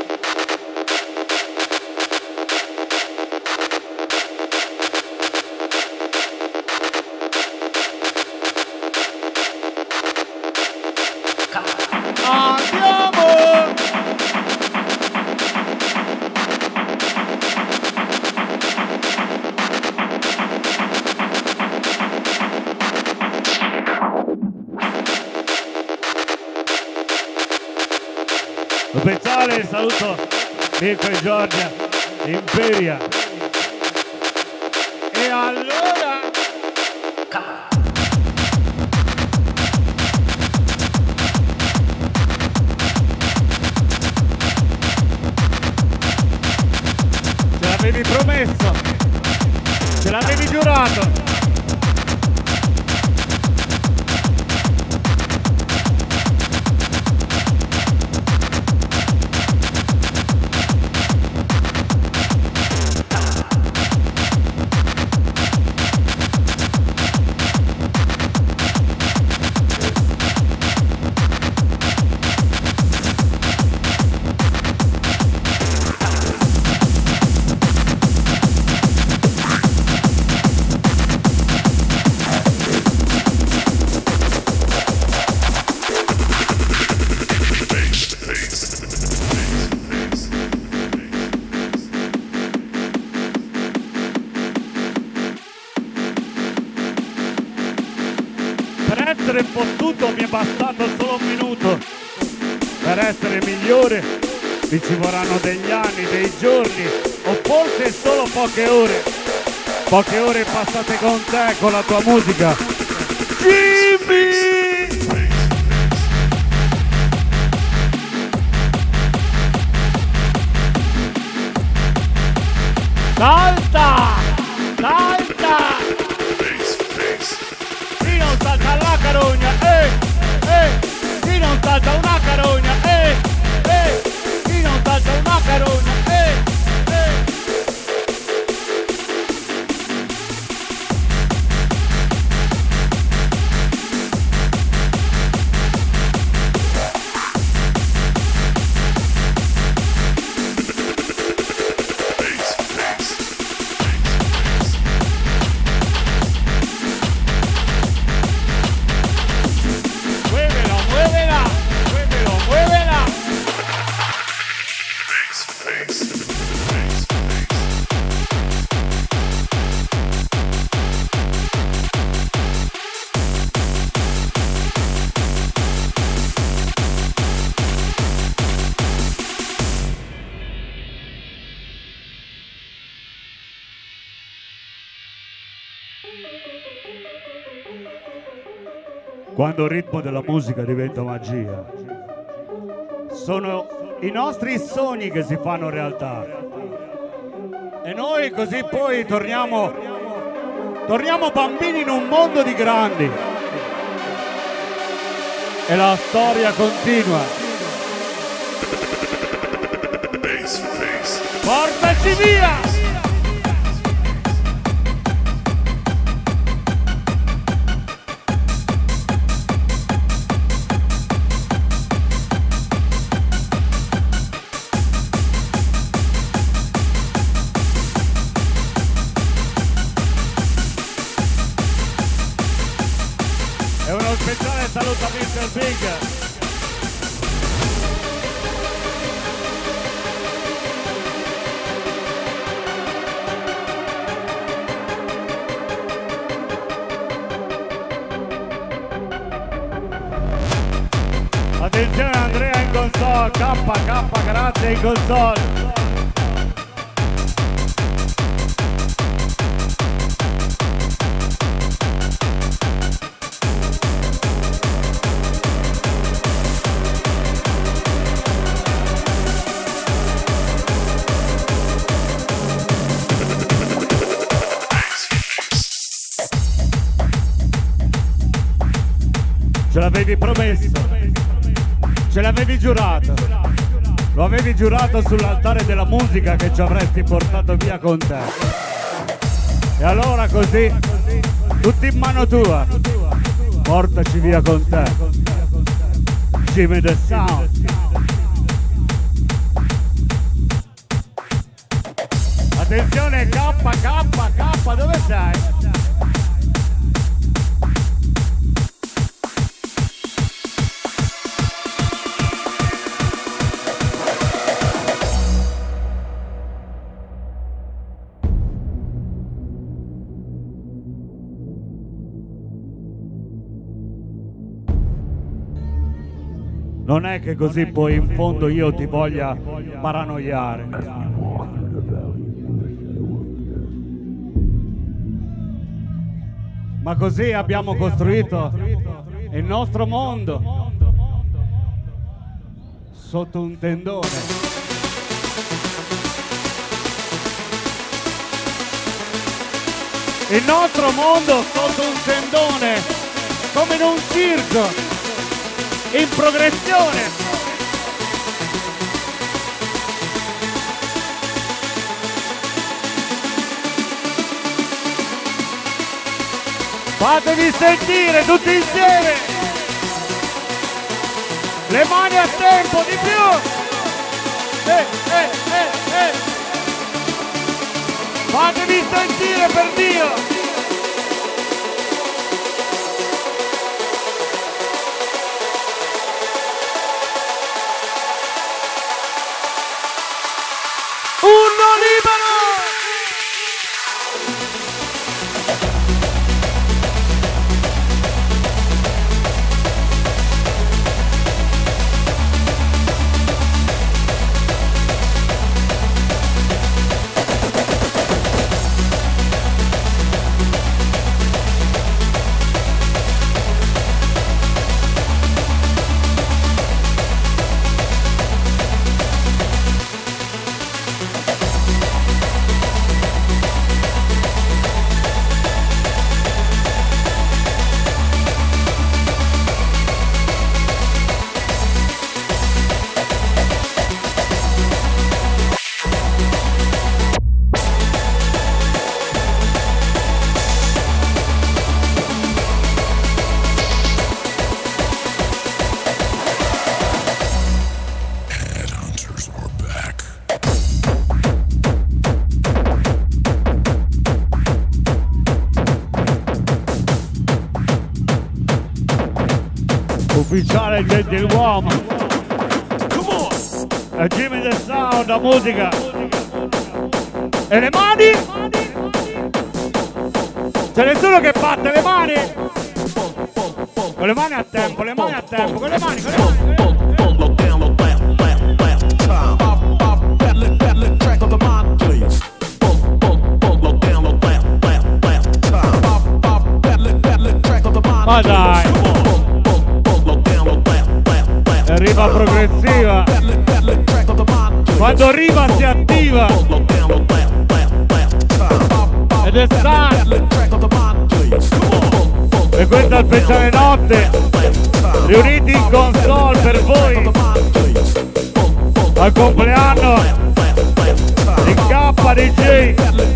Andiamo! Un speciale saluto Mirko e Giorgia Imperia. E allora ce l'avevi promesso, ce l'avevi giurato. Per essere fottuto mi è bastato solo un minuto. Per essere migliore mi ci vorranno degli anni, dei giorni, o forse solo poche ore. Poche ore passate con te, con la tua musica. Jimmy! Salta! Salta! Chi non salta la carogna, eh! Eh! Chi non salta una carogna, eh! Eh! Chi non salta una carogna, eh! Eh! Quando il ritmo della musica diventa magia, sono i nostri sogni che si fanno realtà. E noi così poi torniamo, torniamo bambini in un mondo di grandi. E la storia continua. Portaci via! Saluto a mister Big. Attenzione Andrea in console, K K grazie in console. Ce l'avevi promesso, ce l'avevi giurato, lo avevi giurato sull'altare della musica che ci avresti portato via con te. E allora così, tutti in mano tua, portaci via con te. Jimmy the Sound. Attenzione K K K, dove sei? Non è che così poi in fondo io ti voglia paranoiare. Ma così abbiamo costruito il nostro mondo sotto un tendone. Il nostro mondo sotto un tendone, come in un circo. In progressione. Fatevi sentire tutti insieme. Le mani a tempo di più. Eh, eh, eh, eh. Fatevi sentire per Dio. Urlo libero! ufficiale gentiluomo. E Jimmy the Sound, la musica. E le mani? C'è nessuno che batte le mani? Con le mani a tempo, le mani a tempo, con le mani, con le mani. Ma dai! Riva progressiva. Quando Riva si attiva. Ed è Sun. E questa è speciale notte. Riuniti in console per voi. Al compleanno di K D J.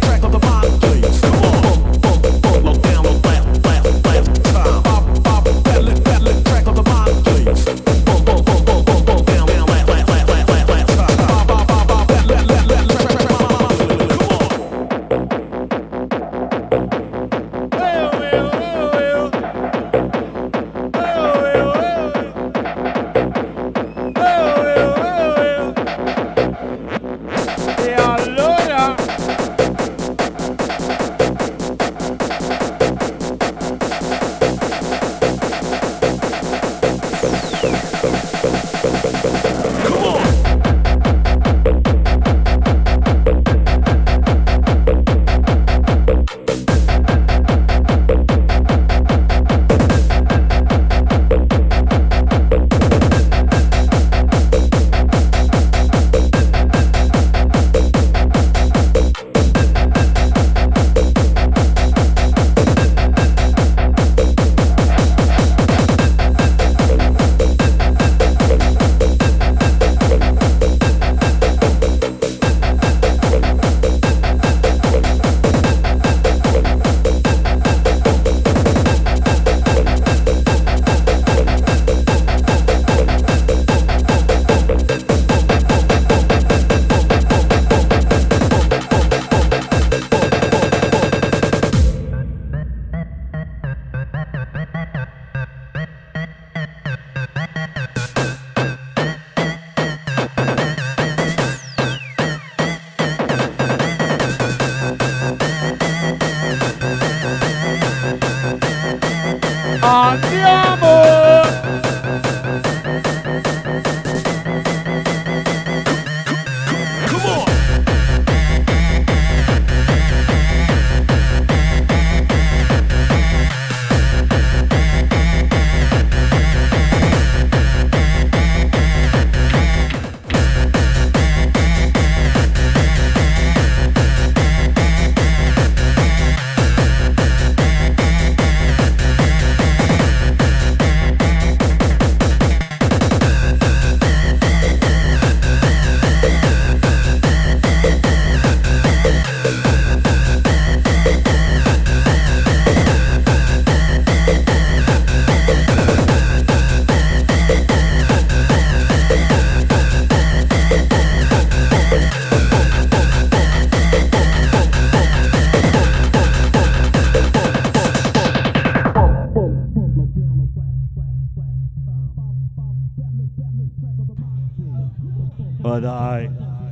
Ma dai.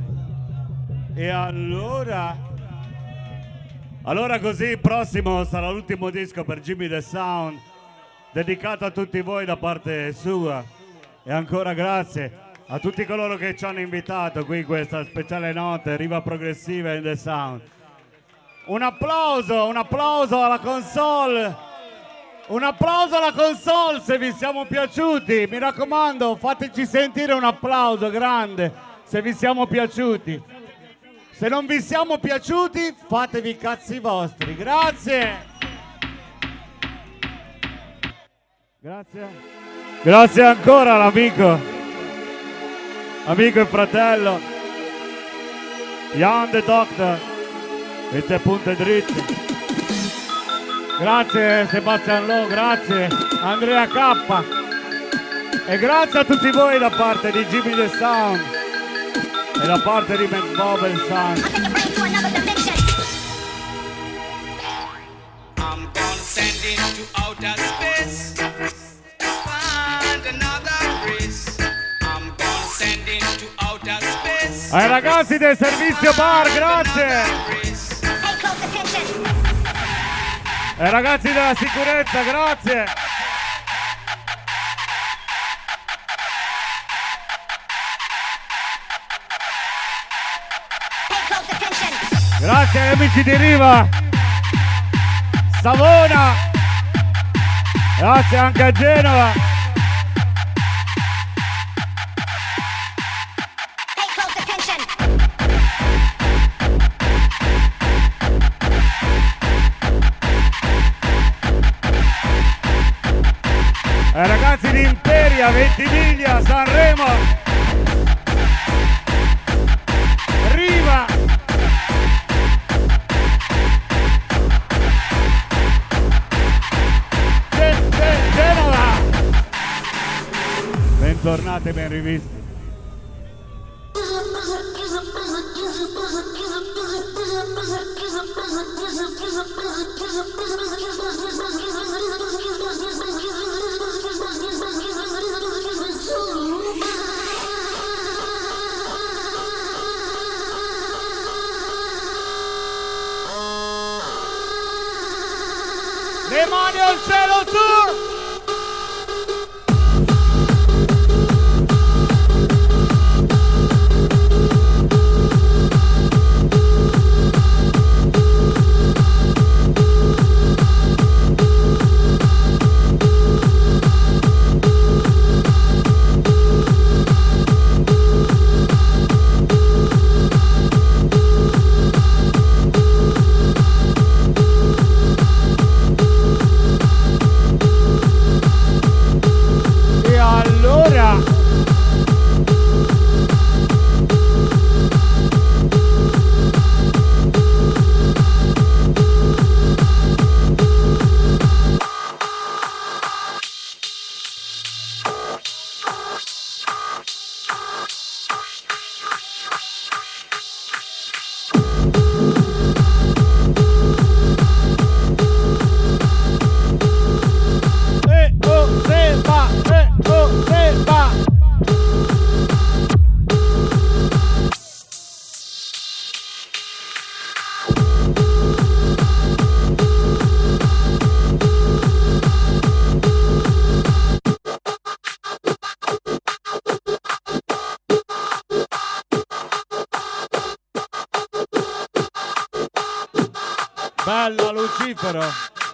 E allora Allora così il prossimo sarà l'ultimo disco per Jimmy the Sound, dedicato a tutti voi da parte sua. E ancora grazie a tutti coloro che ci hanno invitato qui in questa speciale notte Riva Progressiva in the Sound. Un applauso, un applauso alla console. Un applauso alla console se vi siamo piaciuti. Mi raccomando, fateci sentire un applauso grande se vi siamo piaciuti. Se non vi siamo piaciuti, fatevi i cazzi vostri. Grazie. Grazie. Grazie ancora all'amico, amico e fratello Jan the Doctor, e te punte dritte. Grazie Sebastian Lo, grazie Andrea K. E grazie a tutti voi da parte di Jimmy the Sound e da parte di McBobble Sound. I'm gonna send it to outer space. Find Ai ragazzi del servizio bar, grazie. Ai ragazzi della sicurezza, grazie. Grazie agli amici di Riva, Savona, grazie anche a Genova. Eh, ragazzi di Imperia, Ventimiglia, Sanremo, Riva, Ge- Ge- Genova, bentornati, ben rivisti. Le mani al cielo su! Bella Lucifero.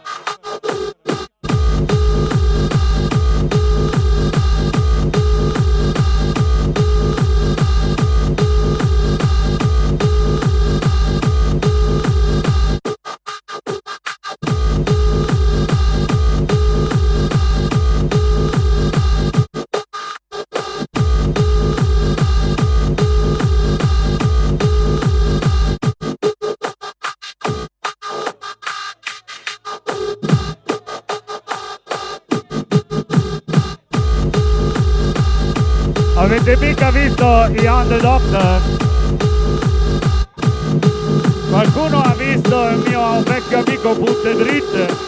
Avete mica visto i Under Doctor? Qualcuno ha visto il mio vecchio amico Punte Dritte?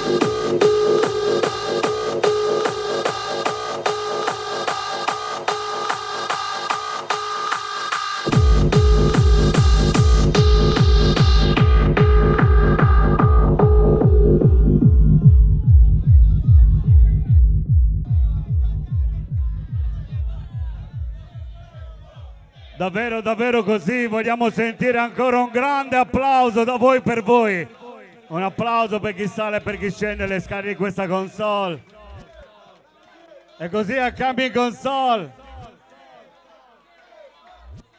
Davvero, davvero così, vogliamo sentire ancora un grande applauso da voi per voi. Un applauso per chi sale e per chi scende le scale di questa console. E così a cambio in console.